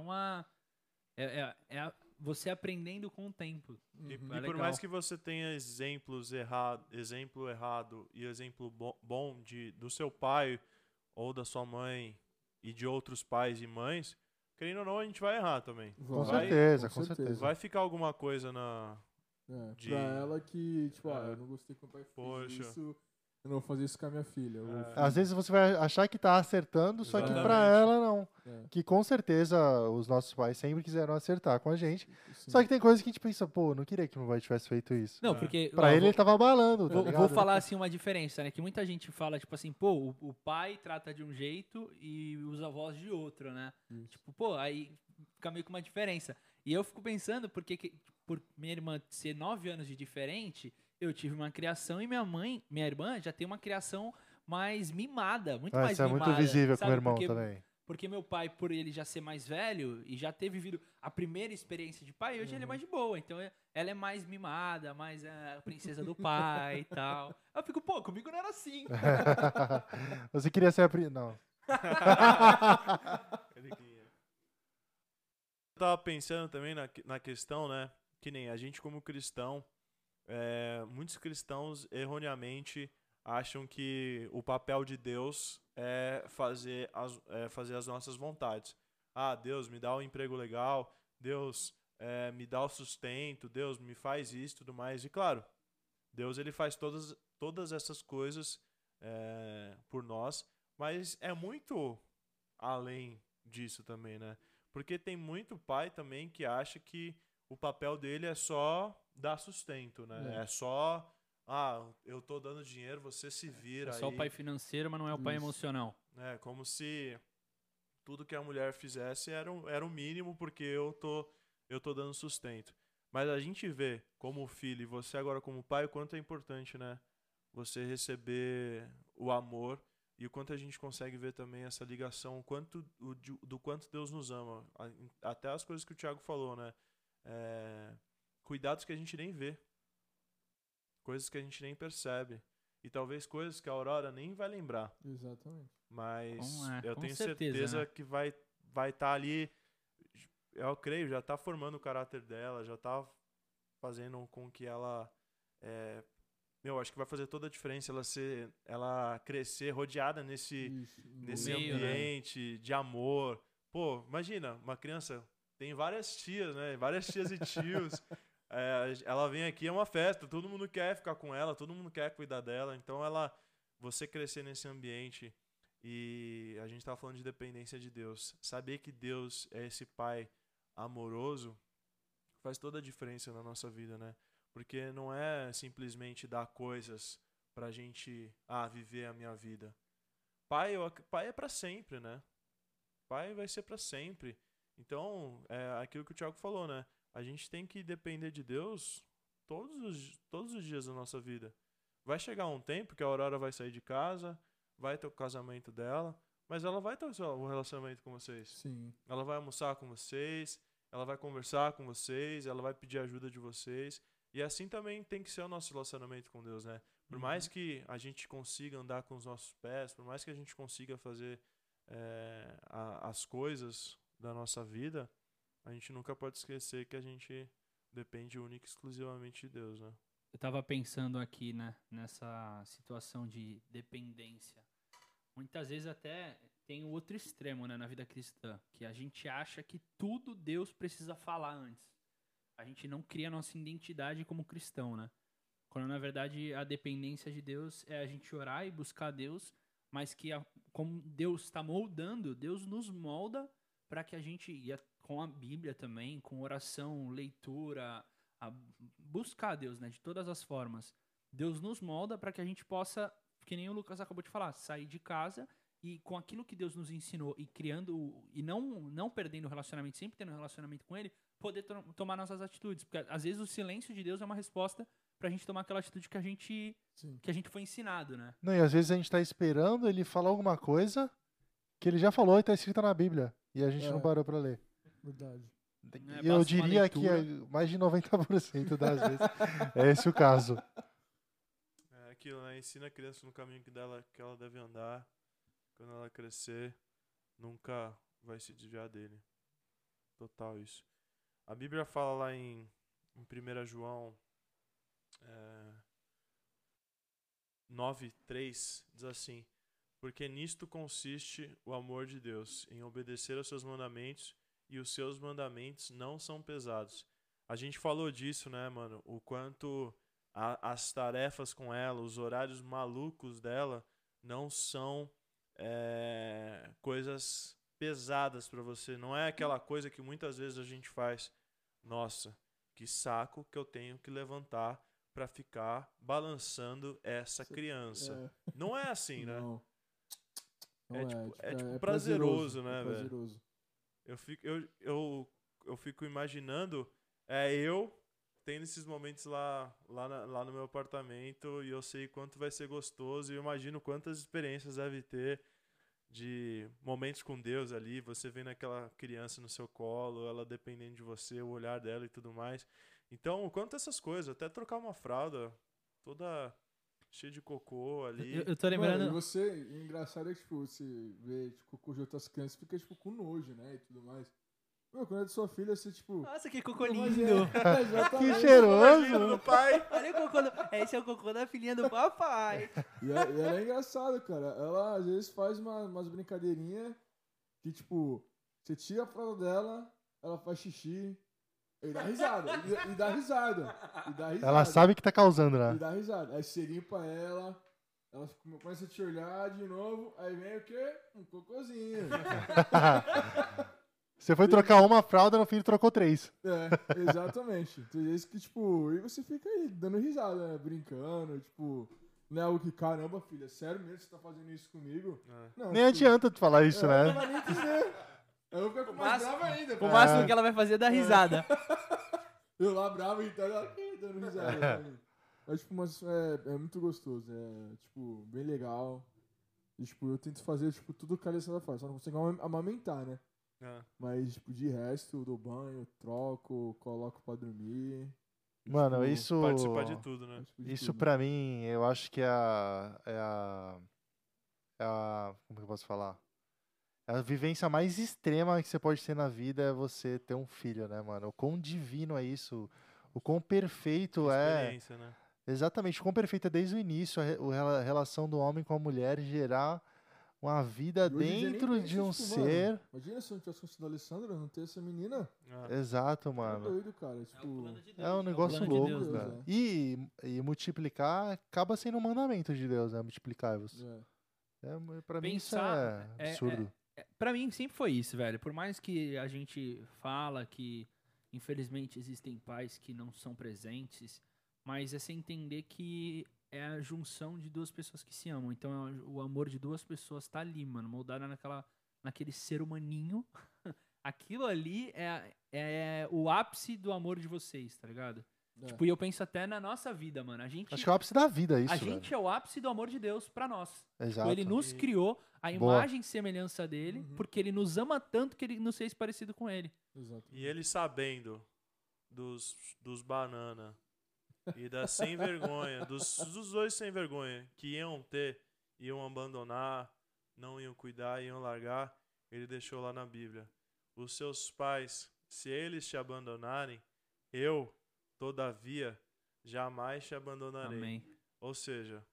você aprendendo com o tempo. E É por legal. mais que você tenha exemplo errado e exemplo bom do seu pai ou da sua mãe e de outros pais e mães, querendo ou não, a gente vai errar também. Com Vai, certeza, com com certeza. certeza. Vai ficar alguma coisa na... Pra ela que, tipo, eu não gostei que o pai fez Poxa. isso, eu não vou fazer isso com a minha filha. Às vezes você vai achar que tá acertando, só que Exatamente. pra ela não. É. Que com certeza os nossos pais sempre quiseram acertar com a gente. Sim. Só que tem coisas que a gente pensa, pô, não queria que meu pai tivesse feito isso. Não, porque... Pra ó, ele tava abalando, tá vou ligado? falar assim uma diferença, né? Que muita gente fala, tipo assim, pô, o pai trata de um jeito e os avós de outro, né? Isso. Tipo, pô, aí fica meio que uma diferença. E eu fico pensando, porque por minha irmã ser 9 anos de diferente, eu tive uma criação e minha irmã já tem uma criação mais mimada, muito mais Isso é mimada. muito visível com sabe? o irmão porque, também. Porque meu pai, por ele já ser mais velho e já ter vivido a primeira experiência de pai, hoje ele é mais de boa. Então ela é mais mimada, mais a princesa do pai e tal. Eu fico, pô, comigo não era assim. Você queria ser a Não. Ele queria. Eu tava pensando também na questão, né? Que nem a gente como cristão, muitos cristãos erroneamente acham que o papel de Deus é fazer as nossas vontades. Ah, Deus me dá um emprego legal, Deus me dá o sustento, Deus me faz isso e tudo mais. E claro, Deus ele faz todas essas coisas por nós, mas é muito além disso também, né? Porque tem muito pai também que acha que o papel dele é só dar sustento, né? É só, eu tô dando dinheiro, você se vira É aí. só o pai financeiro, mas não é o pai Isso. emocional. É, como se tudo que a mulher fizesse era o mínimo porque eu tô dando sustento. Mas a gente vê como filho e você agora como pai o quanto é importante, né? Você receber o amor e o quanto a gente consegue ver também essa ligação, do quanto Deus nos ama. Até as coisas que o Thiago falou, né? Cuidados que a gente nem vê. Coisas que a gente nem percebe. E talvez coisas que a Aurora nem vai lembrar. Exatamente. Mas eu com tenho certeza, certeza né? que vai estar ali, eu creio, já está formando o caráter dela, já está fazendo com que ela... acho que vai fazer toda a diferença ela crescer rodeada nesse meio, né? ambiente de amor. Pô, imagina, uma criança tem várias tias, né? Várias tias e tios. Ela vem aqui, é uma festa, todo mundo quer ficar com ela, todo mundo quer cuidar dela. Então você crescer nesse ambiente e a gente tava falando de dependência de Deus. Saber que Deus é esse pai amoroso faz toda a diferença na nossa vida, né? Porque não é simplesmente dar coisas pra gente viver a minha vida. Pai é pra sempre, né? Pai vai ser pra sempre. Então, é aquilo que o Thiago falou, né? A gente tem que depender de Deus todos os dias da nossa vida. Vai chegar um tempo que a Aurora vai sair de casa, vai ter o casamento dela, mas ela vai ter o relacionamento com vocês. Sim. Ela vai almoçar com vocês, ela vai conversar com vocês, ela vai pedir ajuda de vocês. E assim também tem que ser o nosso relacionamento com Deus, né? Por mais que a gente consiga andar com os nossos pés, por mais que a gente consiga fazer as coisas da nossa vida, a gente nunca pode esquecer que a gente depende única e exclusivamente de Deus, né? Eu tava pensando aqui, né, nessa situação de dependência. Muitas vezes até tem o outro extremo, né, na vida cristã, que a gente acha que tudo Deus precisa falar antes. A gente não cria nossa identidade como cristão, né? Quando na verdade a dependência de Deus é a gente orar e buscar Deus, mas que como Deus está moldando, Deus nos molda para que a gente, com a Bíblia também, com oração, leitura, buscar Deus, né, de todas as formas. Deus nos molda para que a gente possa, que nem o Lucas acabou de falar, sair de casa e com aquilo que Deus nos ensinou e criando, e não perdendo o relacionamento, sempre tendo um relacionamento com Ele, poder tomar nossas atitudes. Porque às vezes o silêncio de Deus é uma resposta pra gente tomar aquela atitude que a gente foi ensinado, né? Não, e às vezes a gente tá esperando ele falar alguma coisa que ele já falou e tá escrita na Bíblia. E a gente não parou pra ler. Verdade. E eu diria que mais de 90% das vezes é esse o caso. É aquilo, né? Ensina a criança no caminho que ela deve andar. Quando ela crescer, nunca vai se desviar dele. Total isso. A Bíblia fala lá em 1 João 9:3, diz assim: porque nisto consiste o amor de Deus, em obedecer aos seus mandamentos, e os seus mandamentos não são pesados. A gente falou disso, né, mano? O quanto as tarefas com ela, os horários malucos dela, não são coisas pesadas pra você. Não é aquela coisa que muitas vezes a gente faz. Nossa, que saco que eu tenho que levantar pra ficar balançando essa criança. Não é assim, né? Não. É tipo prazeroso, né, velho? Prazeroso. Eu fico imaginando eu tendo esses momentos lá no meu apartamento, e eu sei quanto vai ser gostoso, e eu imagino quantas experiências deve ter de momentos com Deus ali, você vendo aquela criança no seu colo, ela dependendo de você, o olhar dela e tudo mais. Então, quanto a essas coisas, até trocar uma fralda toda cheia de cocô ali. Eu tô Mano, e lembrando. você, o engraçado é que, tipo, você vê, tipo, cocô de outras crianças, fica, tipo, com nojo, né, e tudo mais. Meu, quando é de sua filha, você, tipo... Nossa, que cocô "Não, mas lindo! é, exatamente. Que cheiroso! Imagina do pai. Olha o cocô esse é o cocô da filhinha do papai. E ela é engraçada, cara. Ela, às vezes, faz umas brincadeirinhas que, tipo, você tira a fralda dela, ela faz xixi, e dá risada, e dá risada, e dá risada. Ela sabe que tá causando, E né? dá risada. Aí você limpa ela começa a te olhar de novo, aí vem o quê? Um cocôzinho. Você foi trocar uma fralda, no fim trocou 3. É, exatamente. Tem vezes que, tipo, e você fica aí dando risada, né? Brincando, tipo, não é algo que, caramba, filha, sério mesmo que você tá fazendo isso comigo? Não, Nem tipo, adianta tu falar isso, Não né? vai nem entender. Aí eu fico mais bravo ainda. O cara. máximo que ela vai fazer é dar risada. Eu lá bravo e tal, ela dando risada. Sabe? Mas, tipo, é muito gostoso. É, tipo, bem legal. E, tipo, eu tento fazer, tipo, tudo que a Alessandra faz. Só não consigo amamentar, né? Mas, tipo, de resto, eu dou banho, troco, coloco pra dormir. E, Mano, tipo, isso... Participar de tudo, né? participo de Isso tudo. pra mim, eu acho que como que eu posso falar? A vivência mais extrema que você pode ter na vida é você ter um filho, né, mano? O quão divino é isso, o quão perfeito é. Experiência, né? Exatamente, o quão perfeito é desde o início a relação do homem com a mulher gerar uma vida E hoje em dia nem dentro pensa, de um tipo, ser. Mano, imagina se eu não tivesse conhecido a Alessandra, não ter essa menina. Exato, É mano. doido, cara. Tipo, É um negócio plano de louco, Deus, cara. né? E multiplicar acaba sendo um mandamento de Deus, né? Multiplicar-vos. Pra mim isso Pensar é absurdo. Pra mim sempre foi isso, velho. Por mais que a gente fala que infelizmente existem pais que não são presentes, mas é você entender que é a junção de duas pessoas que se amam. Então o amor de duas pessoas tá ali, mano, moldado naquele ser humaninho. Aquilo ali é o ápice do amor de vocês, tá ligado? Tipo, e eu penso até na nossa vida, mano. Acho que é o ápice da vida isso, a gente é o ápice do amor de Deus pra nós. velho. Tipo, Exato. ele nos criou a Boa. imagem e semelhança dele, Uhum. porque ele nos ama tanto que ele nos fez parecido com ele. Exato. E ele sabendo dos banana e das sem vergonha, dos dois sem vergonha que iam abandonar, não iam cuidar, iam largar, ele deixou lá na Bíblia. Os seus pais, se eles te abandonarem, eu, todavia, jamais te abandonarei. Amém. Ou seja,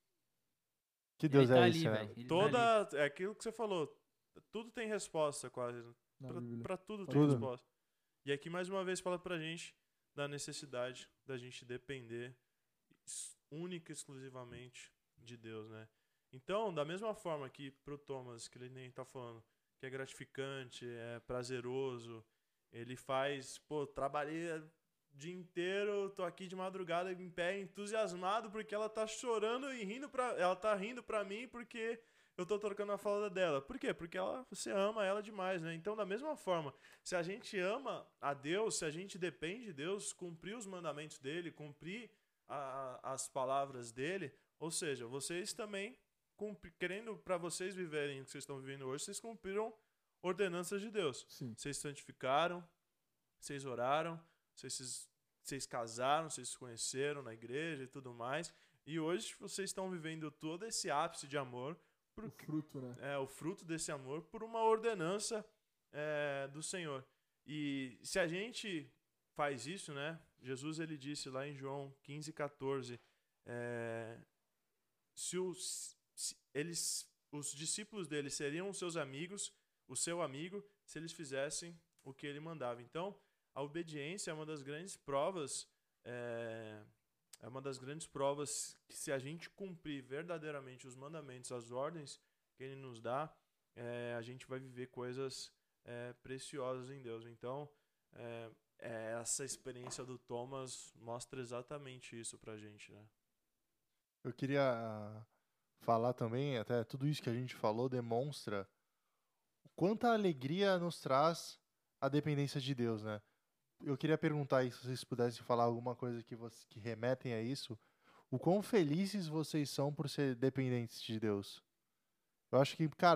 Que Ele Deus tá é ali, esse, né? velho. Ele tá ali. toda. É aquilo que você falou. Tudo tem resposta, quase. Na Bíblia. Pra tudo tem Tudo. resposta. E aqui, mais uma vez, fala pra gente da necessidade da gente depender única e exclusivamente de Deus, né? Então, da mesma forma que pro Thomas, que ele nem tá falando, que é gratificante, é prazeroso, ele faz, pô, trabalhei o dia inteiro, tô aqui de madrugada em pé, entusiasmado, porque ela tá chorando e ela tá rindo pra mim porque eu tô trocando a fralda dela. Por quê? Porque você ama ela demais, né? Então, da mesma forma, se a gente ama a Deus, se a gente depende de Deus, cumprir os mandamentos dele, cumprir as palavras dele, ou seja, vocês também, querendo para vocês viverem o que vocês estão vivendo hoje, vocês cumpriram ordenanças de Deus. Sim. Vocês santificaram, vocês oraram, vocês casaram, vocês se conheceram na igreja e tudo mais. E hoje vocês estão vivendo todo esse ápice de amor. O fruto, né? É o fruto desse amor por uma ordenança do Senhor. E se a gente faz isso, né? Jesus ele disse lá em João 15:14, os discípulos dele seriam os seus amigos, o seu amigo, se eles fizessem o que ele mandava. Então, a obediência é uma das grandes provas. É uma das grandes provas que, se a gente cumprir verdadeiramente os mandamentos, as ordens que ele nos dá, a gente vai viver coisas preciosas em Deus. Então, essa experiência do Thomas mostra exatamente isso pra gente, né? Eu queria falar também, até tudo isso que a gente falou demonstra o quanta alegria nos traz a dependência de Deus, né? Eu queria perguntar aí, se vocês pudessem falar alguma coisa que remetem a isso, o quão felizes vocês são por ser dependentes de Deus. Eu acho que, cara,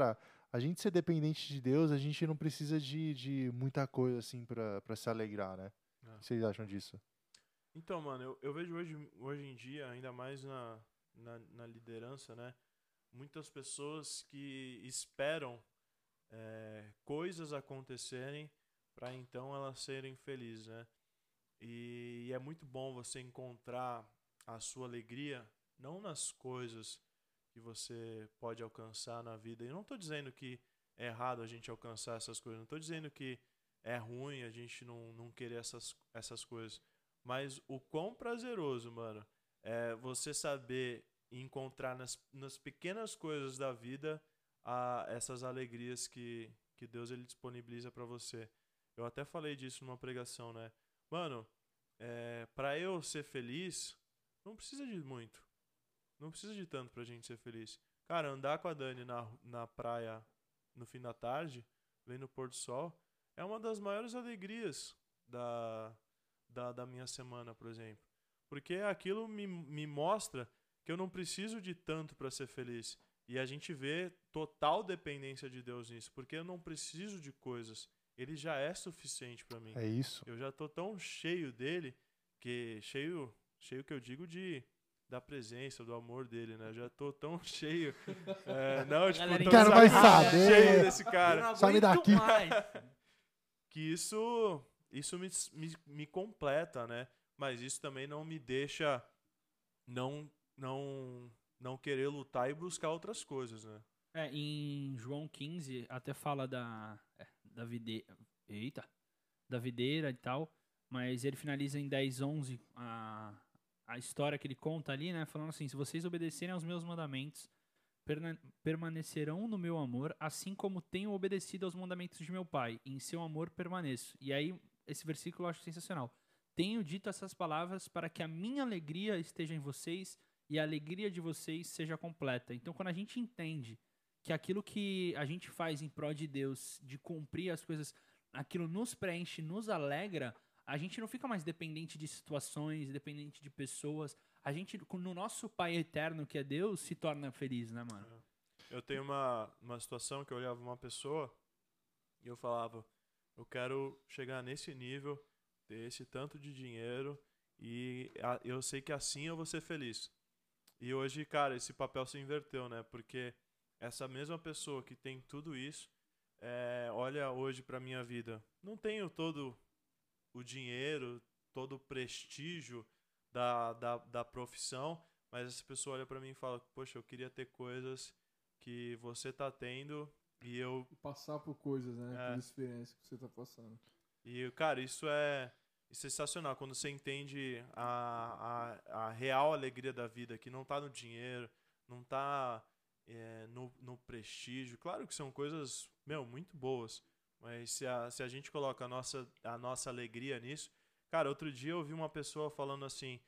a gente ser dependente de Deus, a gente não precisa de muita coisa assim pra se alegrar, né? É. O que vocês acham disso? Então, mano, eu vejo hoje em dia, ainda mais na liderança, né? Muitas pessoas que esperam coisas acontecerem para então elas serem felizes, né? E é muito bom você encontrar a sua alegria não nas coisas que você pode alcançar na vida. E não estou dizendo que é errado a gente alcançar essas coisas, não estou dizendo que é ruim a gente não querer essas coisas. Mas o quão prazeroso, mano, é você saber encontrar nas pequenas coisas da vida essas alegrias que Deus ele disponibiliza pra você. Eu até falei disso numa pregação, né? Mano, pra eu ser feliz, não precisa de muito. Não precisa de tanto pra gente ser feliz. Cara, andar com a Dani na praia no fim da tarde, vendo o pôr do sol, é uma das maiores alegrias da minha semana, por exemplo. Porque aquilo me mostra que eu não preciso de tanto para ser feliz. E a gente vê total dependência de Deus nisso. Porque eu não preciso de coisas. Ele já é suficiente para mim. É isso. Eu já tô tão cheio dele, que cheio que eu digo da presença, do amor dele, né? Eu já tô tão cheio. Não, tipo, Galera, tô Quero mais sabe, saber. cheio desse Eu cara. não Sai aguento daqui. mais. Que isso me completa, né? Mas isso também não me deixa não querer lutar e buscar outras coisas, né? Em João 15, até fala da videira. Eita! Da videira e tal. Mas ele finaliza em 10:11 a história que ele conta ali, né? Falando assim: se vocês obedecerem aos meus mandamentos, permanecerão no meu amor, assim como tenho obedecido aos mandamentos de meu Pai. E em seu amor permaneço. E aí, esse versículo eu acho sensacional. Tenho dito essas palavras para que a minha alegria esteja em vocês e a alegria de vocês seja completa. Então, quando a gente entende que aquilo que a gente faz em prol de Deus, de cumprir as coisas, aquilo nos preenche, nos alegra, a gente não fica mais dependente de situações, dependente de pessoas. A gente, no nosso Pai eterno, que é Deus, se torna feliz, né, mano? Eu tenho uma situação que eu olhava uma pessoa e eu falava, eu quero chegar nesse nível, ter esse tanto de dinheiro e eu sei que assim eu vou ser feliz. E hoje, cara, esse papel se inverteu, né? Porque essa mesma pessoa que tem tudo isso, olha hoje pra minha vida. Não tenho todo o dinheiro, todo o prestígio da profissão, mas essa pessoa olha pra mim e fala, poxa, eu queria ter coisas que você tá tendo e eu... Passar por coisas, né? Por experiência que você tá passando. E, cara, isso é sensacional, quando você entende a real alegria da vida, que não tá no dinheiro, não tá no prestígio. Claro que são coisas, muito boas, mas se a gente coloca a nossa alegria nisso... Cara, outro dia eu vi uma pessoa falando assim,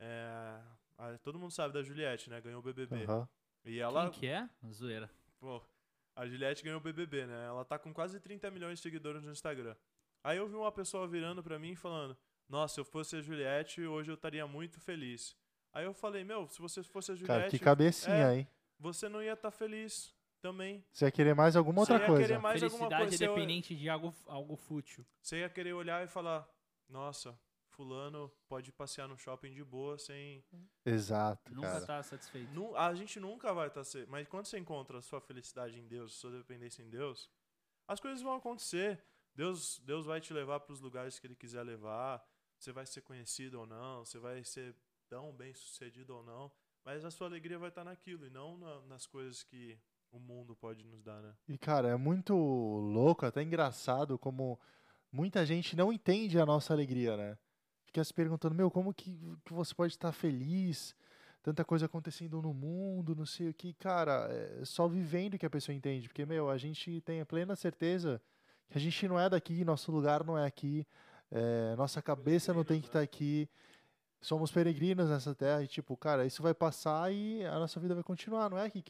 todo mundo sabe da Juliette, né? Ganhou o BBB. Aham. E ela, Quem que é? Zoeira. pô, a Juliette ganhou o BBB, né? Ela tá com quase 30 milhões de seguidores no Instagram. Aí eu vi uma pessoa virando pra mim e falando, nossa, se eu fosse a Juliette, hoje eu estaria muito feliz. Aí eu falei, se você fosse a Cara, Juliette, que cabecinha, hein? você não ia estar feliz também. Você ia querer mais alguma outra Você ia coisa. querer mais alguma Felicidade coisa. é dependente de algo fútil. Você ia querer olhar e falar, nossa, fulano pode passear no shopping de boa sem... Exato, Nunca cara. tá satisfeito. A gente nunca vai estar... Mas quando você encontra a sua felicidade em Deus, sua dependência em Deus, as coisas vão acontecer. Deus vai te levar para os lugares que Ele quiser levar. Você vai ser conhecido ou não, você vai ser tão bem sucedido ou não, mas a sua alegria vai estar naquilo e não nas coisas que o mundo pode nos dar, né? E, cara, é muito louco, até engraçado como muita gente não entende a nossa alegria, né? Fica se perguntando, como que você pode estar feliz? Tanta coisa acontecendo no mundo, não sei o que. Cara, é só vivendo que a pessoa entende. Porque, a gente tem a plena certeza que a gente não é daqui, nosso lugar não é aqui, nossa cabeça não tem que estar aqui. Somos peregrinos nessa terra e, tipo, cara, isso vai passar e a nossa vida vai continuar. Não é aqui que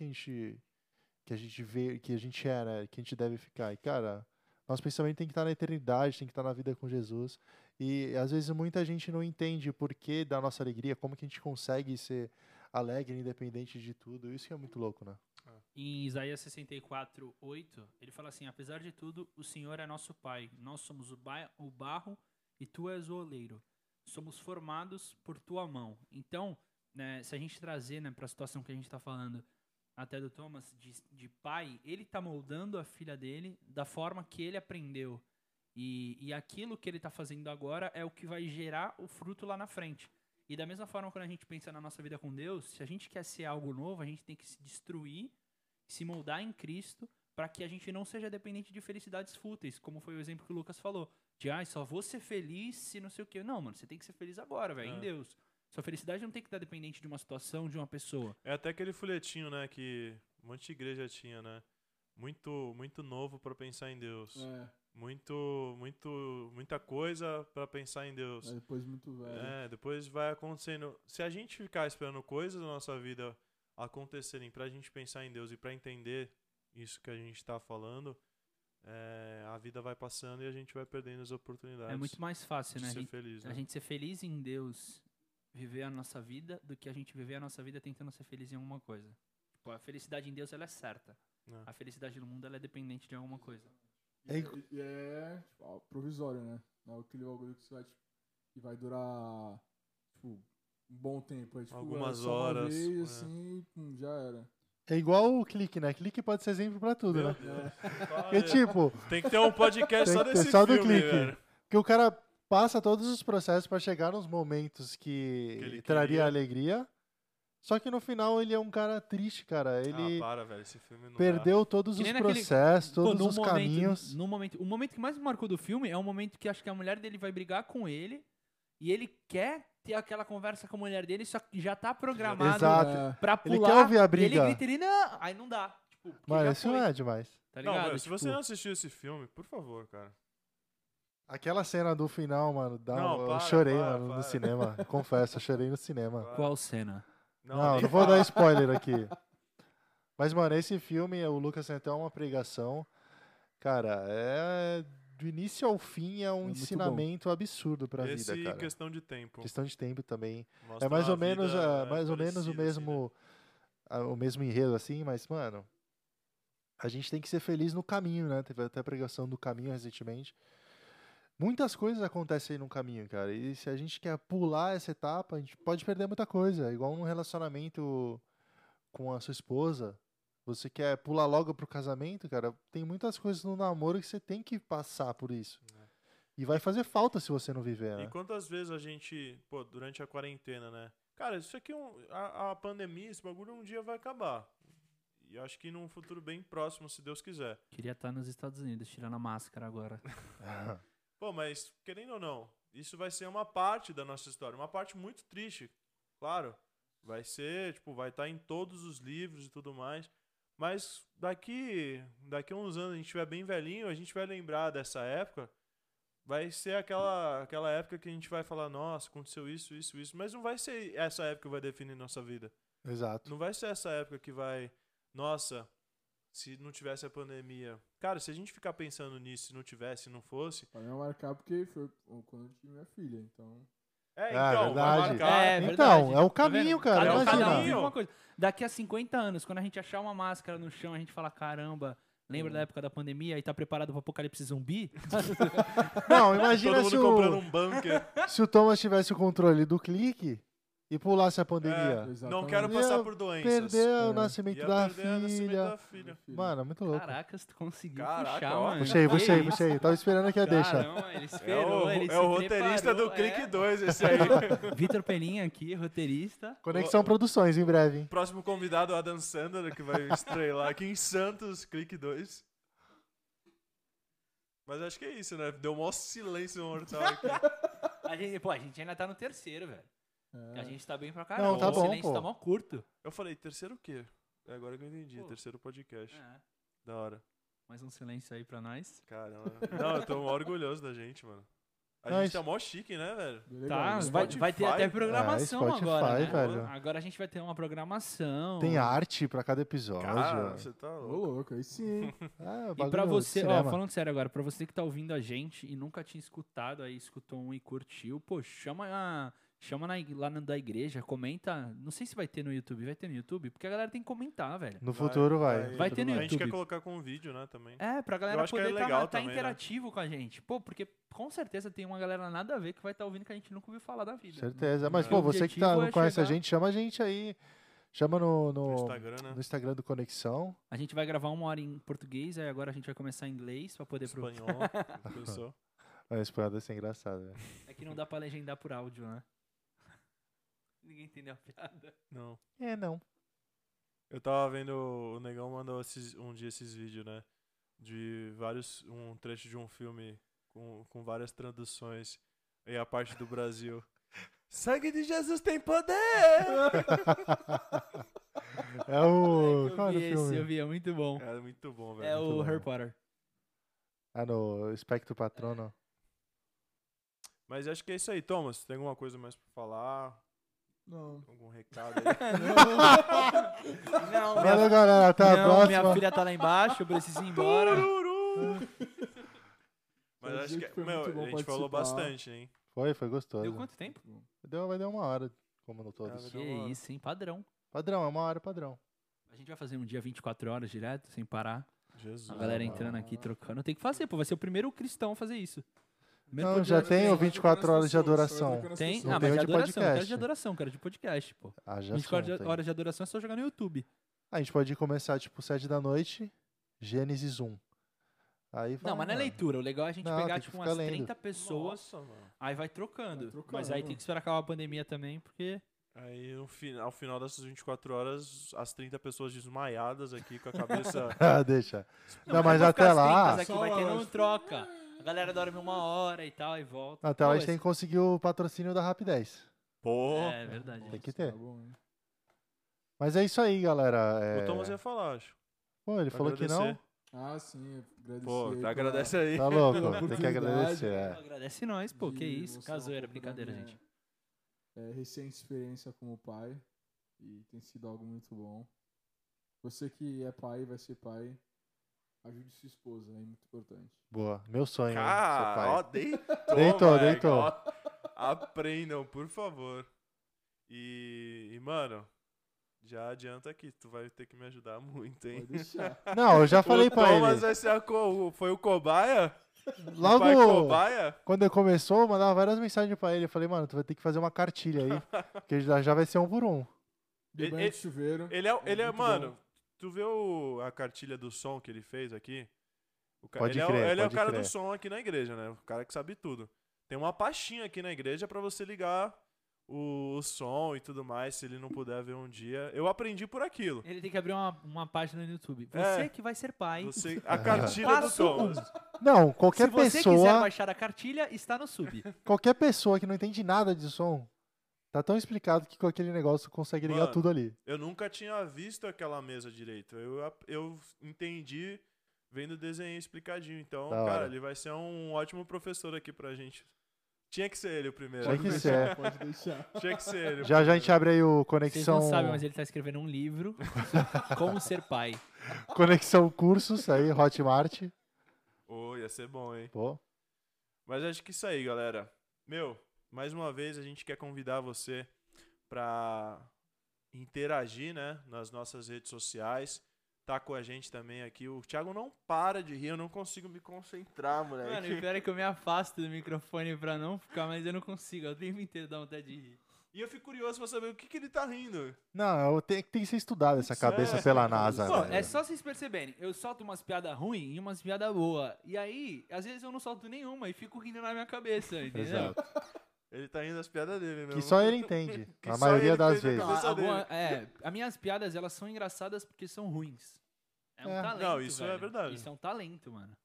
a gente vê, que a gente é, né? Que a gente deve ficar. E, cara, nosso pensamento tem que estar na eternidade, tem que estar na vida com Jesus. E, às vezes, muita gente não entende o porquê da nossa alegria, como que a gente consegue ser alegre, independente de tudo. Isso que é muito louco, né? Em Isaías 64:8, ele fala assim: apesar de tudo, o Senhor é nosso Pai. Nós somos o barro e tu és o oleiro. Somos formados por tua mão. Então, né, se a gente trazer, né, para a situação que a gente está falando, até do Thomas, de pai, ele está moldando a filha dele da forma que ele aprendeu. E aquilo que ele está fazendo agora é o que vai gerar o fruto lá na frente. E da mesma forma, quando a gente pensa na nossa vida com Deus, se a gente quer ser algo novo, a gente tem que se destruir, se moldar em Cristo, para que a gente não seja dependente de felicidades fúteis, como foi o exemplo que o Lucas falou. De, só vou ser feliz se não sei o quê. Não, mano, você tem que ser feliz agora, velho, em Deus. Sua felicidade não tem que estar dependente de uma situação, de uma pessoa. É até aquele folhetinho, né, que um monte de igreja tinha, né? Muito novo para pensar em Deus. Muita coisa para pensar em Deus. Depois muito velho. Depois vai acontecendo. Se a gente ficar esperando coisas da nossa vida acontecerem pra gente pensar em Deus e pra entender isso que a gente tá falando, a vida vai passando e a gente vai perdendo as oportunidades. É muito mais fácil, de né? ser feliz, né? A gente ser feliz em Deus, viver a nossa vida, do que a gente viver a nossa vida tentando ser feliz em alguma coisa. Tipo, a felicidade em Deus, ela é certa. A felicidade no mundo, ela é dependente de alguma coisa. E é tipo, provisório, né? Não é aquele bagulho que vai durar tipo, um bom tempo. Tipo, algumas só horas. Uma vez, assim, já era. É igual o clique, né? Clique pode ser exemplo pra tudo, né? Porque, tipo... Tem que ter um podcast só desse só filme, do clique. velho. Porque o cara passa todos os processos pra chegar nos momentos que ele traria queria. alegria. Só que no final ele é um cara triste, cara. Ele Velho, esse filme não perdeu todos Que os nem naquele- processos, todos Pô, os caminhos. O momento que mais me marcou do filme é o momento que acho que a mulher dele vai brigar com ele e ele quer ter aquela conversa com a mulher dele, só que já tá programado Exato. pra pular. Ele quer ouvir a E briga. ele grita, ele não, aí não dá. Tipo, porque Mano, já isso foi, não é demais. tá Não, ligado? velho, se Tipo, você não assistiu esse filme, por favor, cara. Aquela cena do final, mano, Não, eu para, chorei, para, mano, para. no cinema. Confesso, eu chorei no cinema. Qual cena? Não, nem não vou fala. dar spoiler aqui. Mas, mano, esse filme, o Lucas tem até uma pregação. Cara, do início ao fim é um muito ensinamento absurdo pra Esse vida, cara. questão de tempo. Questão de tempo também. Mostra É mais uma ou menos, vida mais ou menos o parecida, assim, mesmo, o mesmo enredo, assim, mas, mano, a gente tem que ser feliz no caminho, né? Teve até pregação do caminho recentemente. Muitas coisas acontecem no caminho, cara. E se a gente quer pular essa etapa, a gente pode perder muita coisa. Igual num relacionamento com a sua esposa. Você quer pular logo pro casamento, cara? Tem muitas coisas no namoro que você tem que passar por isso. E vai fazer falta se você não viver, E né? quantas vezes a gente, durante a quarentena, né? Cara, isso aqui, a pandemia, esse bagulho um dia vai acabar. E acho que num futuro bem próximo, se Deus quiser. Queria estar nos Estados Unidos tirando a máscara agora. Mas, querendo ou não, isso vai ser uma parte da nossa história. Uma parte muito triste, claro. Vai ser, vai estar em todos os livros e tudo mais. Mas daqui a uns anos, a gente estiver bem velhinho, a gente vai lembrar dessa época. Vai ser aquela época que a gente vai falar, nossa, aconteceu isso. Mas não vai ser essa época que vai definir nossa vida. Exato. Não vai ser essa época que vai, nossa, se não tivesse a pandemia. Cara, se a gente ficar pensando nisso, se não tivesse, se não fosse... Pra mim vai marcar porque foi quando eu tive minha filha, então... então, vai verdade. marcar. Então, é o Tá vendo? caminho, cara, Cada imagina. um vive uma coisa. Daqui a 50 anos, quando a gente achar uma máscara no chão, a gente fala, caramba, lembra da época da pandemia e tá preparado pro apocalipse zumbi? Não, imagina Todo se mundo comprando um bunker. se o Thomas tivesse o controle do clique e pulasse a pandemia. Não quero Exatamente. passar Ia por doenças. Perder o nascimento Ia da perder o nascimento filha. da filha. Mano, é muito louco. Caraca, se tu conseguiu Caraca, puxar, ó. mano. Puxei. Tava esperando aqui a deixa. Caramba, ele esperou, ele É se o roteirista preparou, do Clique 2, esse aí. Vitor Peninha aqui, roteirista. Conexão Produções, em breve, hein? Próximo convidado, o Adam Sandler, que vai estrelar aqui em Santos, Clique 2. Mas acho que é isso, né? Deu um maior silêncio mortal aqui. A gente ainda tá no terceiro, velho. É. A gente tá bem pra caramba. Não, tá o bom, silêncio pô. tá mó curto. Eu falei, terceiro o quê? É agora que eu entendi, Pô. terceiro podcast. É, Da hora. mais um silêncio aí pra nós. Caramba. Não, eu tô mó orgulhoso da gente, mano. A Mas- gente tá mó chique, né, velho? Legal, Tá, legal. vai ter até programação Spotify, agora, né? velho. Agora a gente vai ter uma programação. Tem arte pra cada episódio. Cara, você tá Ô, louco. louco, aí sim. É, E bagulho pra de você, ó, cinema. falando sério agora, pra você que tá ouvindo a gente e nunca tinha escutado aí, escutou um e curtiu, pô, chama chama lá no da igreja, comenta. Não sei se vai ter no YouTube. Vai ter no YouTube? Porque a galera tem que comentar, velho. No futuro vai. Vai ter no A gente YouTube. quer colocar com um vídeo, né, também. É, pra Eu galera acho que é poder legal tá também, né? interativo com a gente. Pô, porque com certeza tem uma galera nada a ver que vai estar ouvindo que a gente nunca ouviu falar da vida. Certeza. Mas, É. pô, O você que objetivo não é conhece a chegar- gente, chama a gente aí. Chama No no Instagram, né? Instagram do Conexão. A gente vai gravar 1 hora em português, aí agora a gente vai começar em inglês pra poder... Espanhol. Pensou? Mas esse deve ser engraçado, velho. É que não dá pra legendar por áudio, né? Ninguém entendeu a piada. Não. Não. Eu tava vendo, o Negão mandou um dia esses vídeos, né? De um trecho de um filme com várias traduções. E a parte do Brasil. Sangue de Jesus tem poder! É o. Qual Eu é vi o esse, filme? eu vi, é muito bom. É muito bom, velho. É muito o bom. Harry Potter. Ah, no Espectro Patrono. Mas acho que é isso aí, Thomas. Tem alguma coisa mais pra falar? Não. Algum recado aí? Não, Valeu, galera. Até a não, próxima. minha filha tá lá embaixo, eu preciso ir embora. Mas Quer acho dizer que, que foi meu, muito bom a gente falou participar. bastante, hein? Foi gostoso. Deu quanto tempo? Vai dar 1 hora, como no todos. Ah, Que Deu uma hora. isso, hein? Padrão. Padrão, é 1 hora padrão. A gente vai fazer um dia 24 horas direto, sem parar. Jesus. A galera entrando aqui, trocando. Tem que fazer, pô. Vai ser o primeiro cristão a fazer isso. Primeiro Não, podcast já que tem tem. o 24 horas de adoração. Tem? Não Ah, tem mas o de de adoração. Eu quero podcast. de adoração, quero de podcast, pô. Ah, já 24 tem. horas de adoração é só jogar no YouTube. A gente pode começar, tipo, 7 da noite, Gênesis 1. Aí vai, Não, mas não é mano. leitura. O legal é a gente Não, pegar, tem que tipo, ficar umas lendo. 30 pessoas, Nossa, mano. aí vai trocando. Vai trocando. Mas aí tem que esperar acabar a pandemia também, porque... Aí, ao final dessas 24 horas, as 30 pessoas desmaiadas aqui com a cabeça... Ah, deixa. Não, mas vai ficar até as lá... 30 aqui, Só vai ter horas. não troca. A galera dorme 1 hora e tal, e volta. Até lá a Pô, gente tem que conseguir o patrocínio da Rapidez. Pô, É verdade. Tem que ter. Tá bom, hein? Mas é isso aí, galera. o Thomas ia falar, acho. Pô, ele falou que não. Agradecer. Ah, sim. Agradecer Pô, aí agradece aí. Tá louco, Pela tem que oportunidade. agradecer. É. Agradece nós, pô. Que de isso. mostrar um Casoeira, pouco da brincadeira, minha, gente. recente experiência como pai. E tem sido algo muito bom. Você que é pai e vai ser pai, ajude sua esposa, é muito importante. Boa. Meu sonho, hein, ser Cara, pai. ó, deitou, Deitou, moleque, deitou. ó. Aprendam, por favor. E, mano, já adianta aqui, tu vai ter que me ajudar muito, hein? Pode deixar. Não, eu já falei o pra Thomas ele. vai ser foi o cobaia? O Logo, pai cobaia? quando ele começou, eu mandava várias mensagens pra ele. Eu falei, mano, tu vai ter que fazer uma cartilha aí. Porque já vai ser 1 por 1. De banho de chuveiro. Ele é muito mano, bom. tu viu a cartilha do som que ele fez aqui? Pode ele crer, ele é o pode cara crer. do som aqui na igreja, né? O cara que sabe tudo. Tem uma pastinha aqui na igreja pra você ligar o som e tudo mais, se ele não puder ver um dia. Eu aprendi por aquilo. Ele tem que abrir uma página no YouTube. É. Você que vai ser pai. A cartilha do Passo um. Thomas. Não, qualquer Se você quiser pessoa, baixar a cartilha, está no sub. qualquer pessoa que não entende nada de som, tá tão explicado que com aquele negócio consegue ligar Mano, tudo ali. Eu nunca tinha visto aquela mesa direito. Eu entendi vendo o desenho explicadinho. Então, Da hora. cara, ele vai ser um ótimo professor aqui pra gente. Tinha que ser ele o primeiro. Tinha que Pode ser. deixar, Pode deixar. Tinha que ser ele. o Já a primeiro. gente abre aí o Vocês Conexão, não sabem, mas ele tá escrevendo um livro Como Ser Pai. Conexão Cursos aí, Hotmart. Ô, ia ser bom, hein? Pô, Mas acho que isso aí, galera. Meu, mais uma vez a gente quer convidar você pra interagir, né, nas nossas redes sociais. Tá com a gente também aqui. O Thiago não para de rir, eu não consigo me concentrar, moleque. Mano, o pior é que eu me afasto do microfone pra não ficar, mas eu não consigo. O tempo inteiro dá vontade de rir. E eu fico curioso pra saber o que ele tá rindo. não, tem que ser estudado essa cabeça Sério? pela NASA. Pô, velho. é só vocês perceberem. Eu solto umas piadas ruins e umas piadas boas. E aí, às vezes eu não solto nenhuma e fico rindo na minha cabeça, entendeu? Exato. Ele tá rindo das piadas dele, né? Que só ele entende, Que a só maioria ele das entende a vezes. cabeça Não, dele. as minhas piadas, elas são engraçadas porque são ruins. É um É. talento, Não, isso é velho. verdade. Isso é um talento, mano.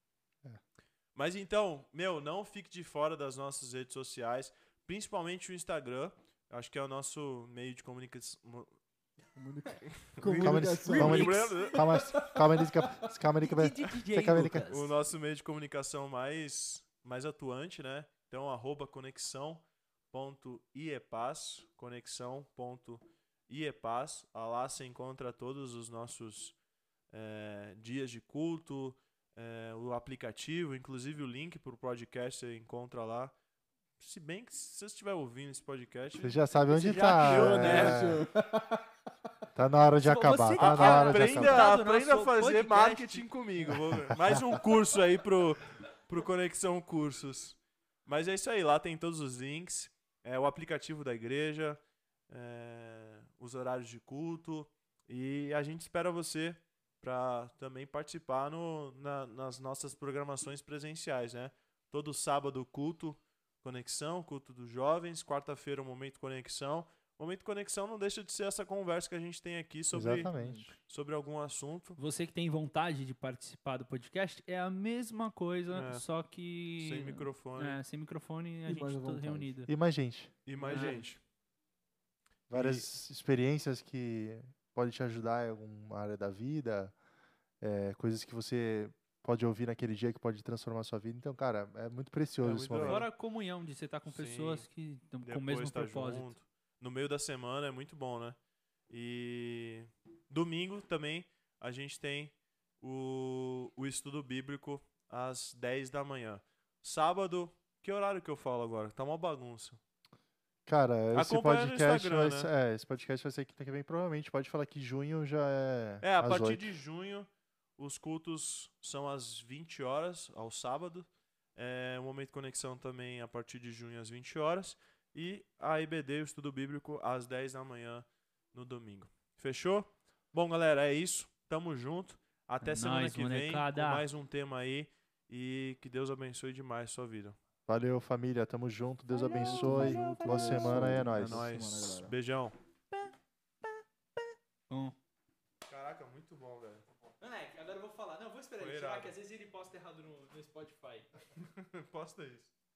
Mas então, meu, não fique de fora das nossas redes sociais, principalmente o Instagram. Acho que é o nosso meio de comunicação. Comunicação. Calma aí, DJ calma aí, Lucas. O nosso meio de comunicação mais atuante, né? Então, @conexão.iepaz, conexão.iepaz. Lá você encontra todos os nossos dias de culto, o aplicativo, inclusive o link para o podcast você encontra lá. Se bem que se você estiver ouvindo esse podcast... Você já sabe onde Você já tá. criou, né? Tá na hora de Se acabar. você Tá na hora de Aprenda, acabar. do aprenda a nosso fazer podcast. marketing comigo. Mais um curso aí pro Conexão Cursos. Mas é isso aí, lá tem todos os links. O aplicativo da igreja, os horários de culto. E a gente espera você para também participar nas nossas programações presenciais, né? Todo sábado, culto Conexão, culto dos jovens. Quarta-feira, o Momento Conexão. Momento Conexão não deixa de ser essa conversa que a gente tem aqui Exatamente. sobre algum assunto. Você que tem vontade de participar do podcast, é a mesma coisa, só que... Sem microfone. Sem microfone e a E gente mais à todo vontade. reunido. E mais gente. E mais gente. Várias experiências que podem te ajudar em alguma área da vida. Coisas que você pode ouvir naquele dia que pode transformar a sua vida. Então, cara, é muito precioso esse muito momento. Fora a comunhão de você estar com Sim. pessoas que estão com o Depois mesmo tá propósito. junto. No meio da semana é muito bom, né? E domingo também a gente tem o estudo bíblico às 10 da manhã. Sábado, que horário que eu falo agora? Tá uma bagunça. Cara, esse Acompanha no podcast, Instagram, esse podcast vai ser quinta que vem. Provavelmente pode falar que junho já A às partir 8. de junho, os cultos são às 20 horas, ao sábado. O Momento Conexão também a partir de junho às 20 horas. E a IBD, o estudo bíblico, às 10 da manhã no domingo. Fechou? Bom, galera, é isso. Tamo junto. Até semana nóis, que vem molecada. com mais um tema aí. E que Deus abençoe demais a sua vida. Valeu, família. Tamo junto. Deus Valeu, abençoe. valeu, Boa semana e é nóis. É nóis. Semana, galera. Beijão. Bom. Caraca, muito bom, velho. Moleque, agora eu vou falar. Não, eu vou esperar Foi ele tirar, irado. que às vezes ele posta errado no Spotify. Posta isso.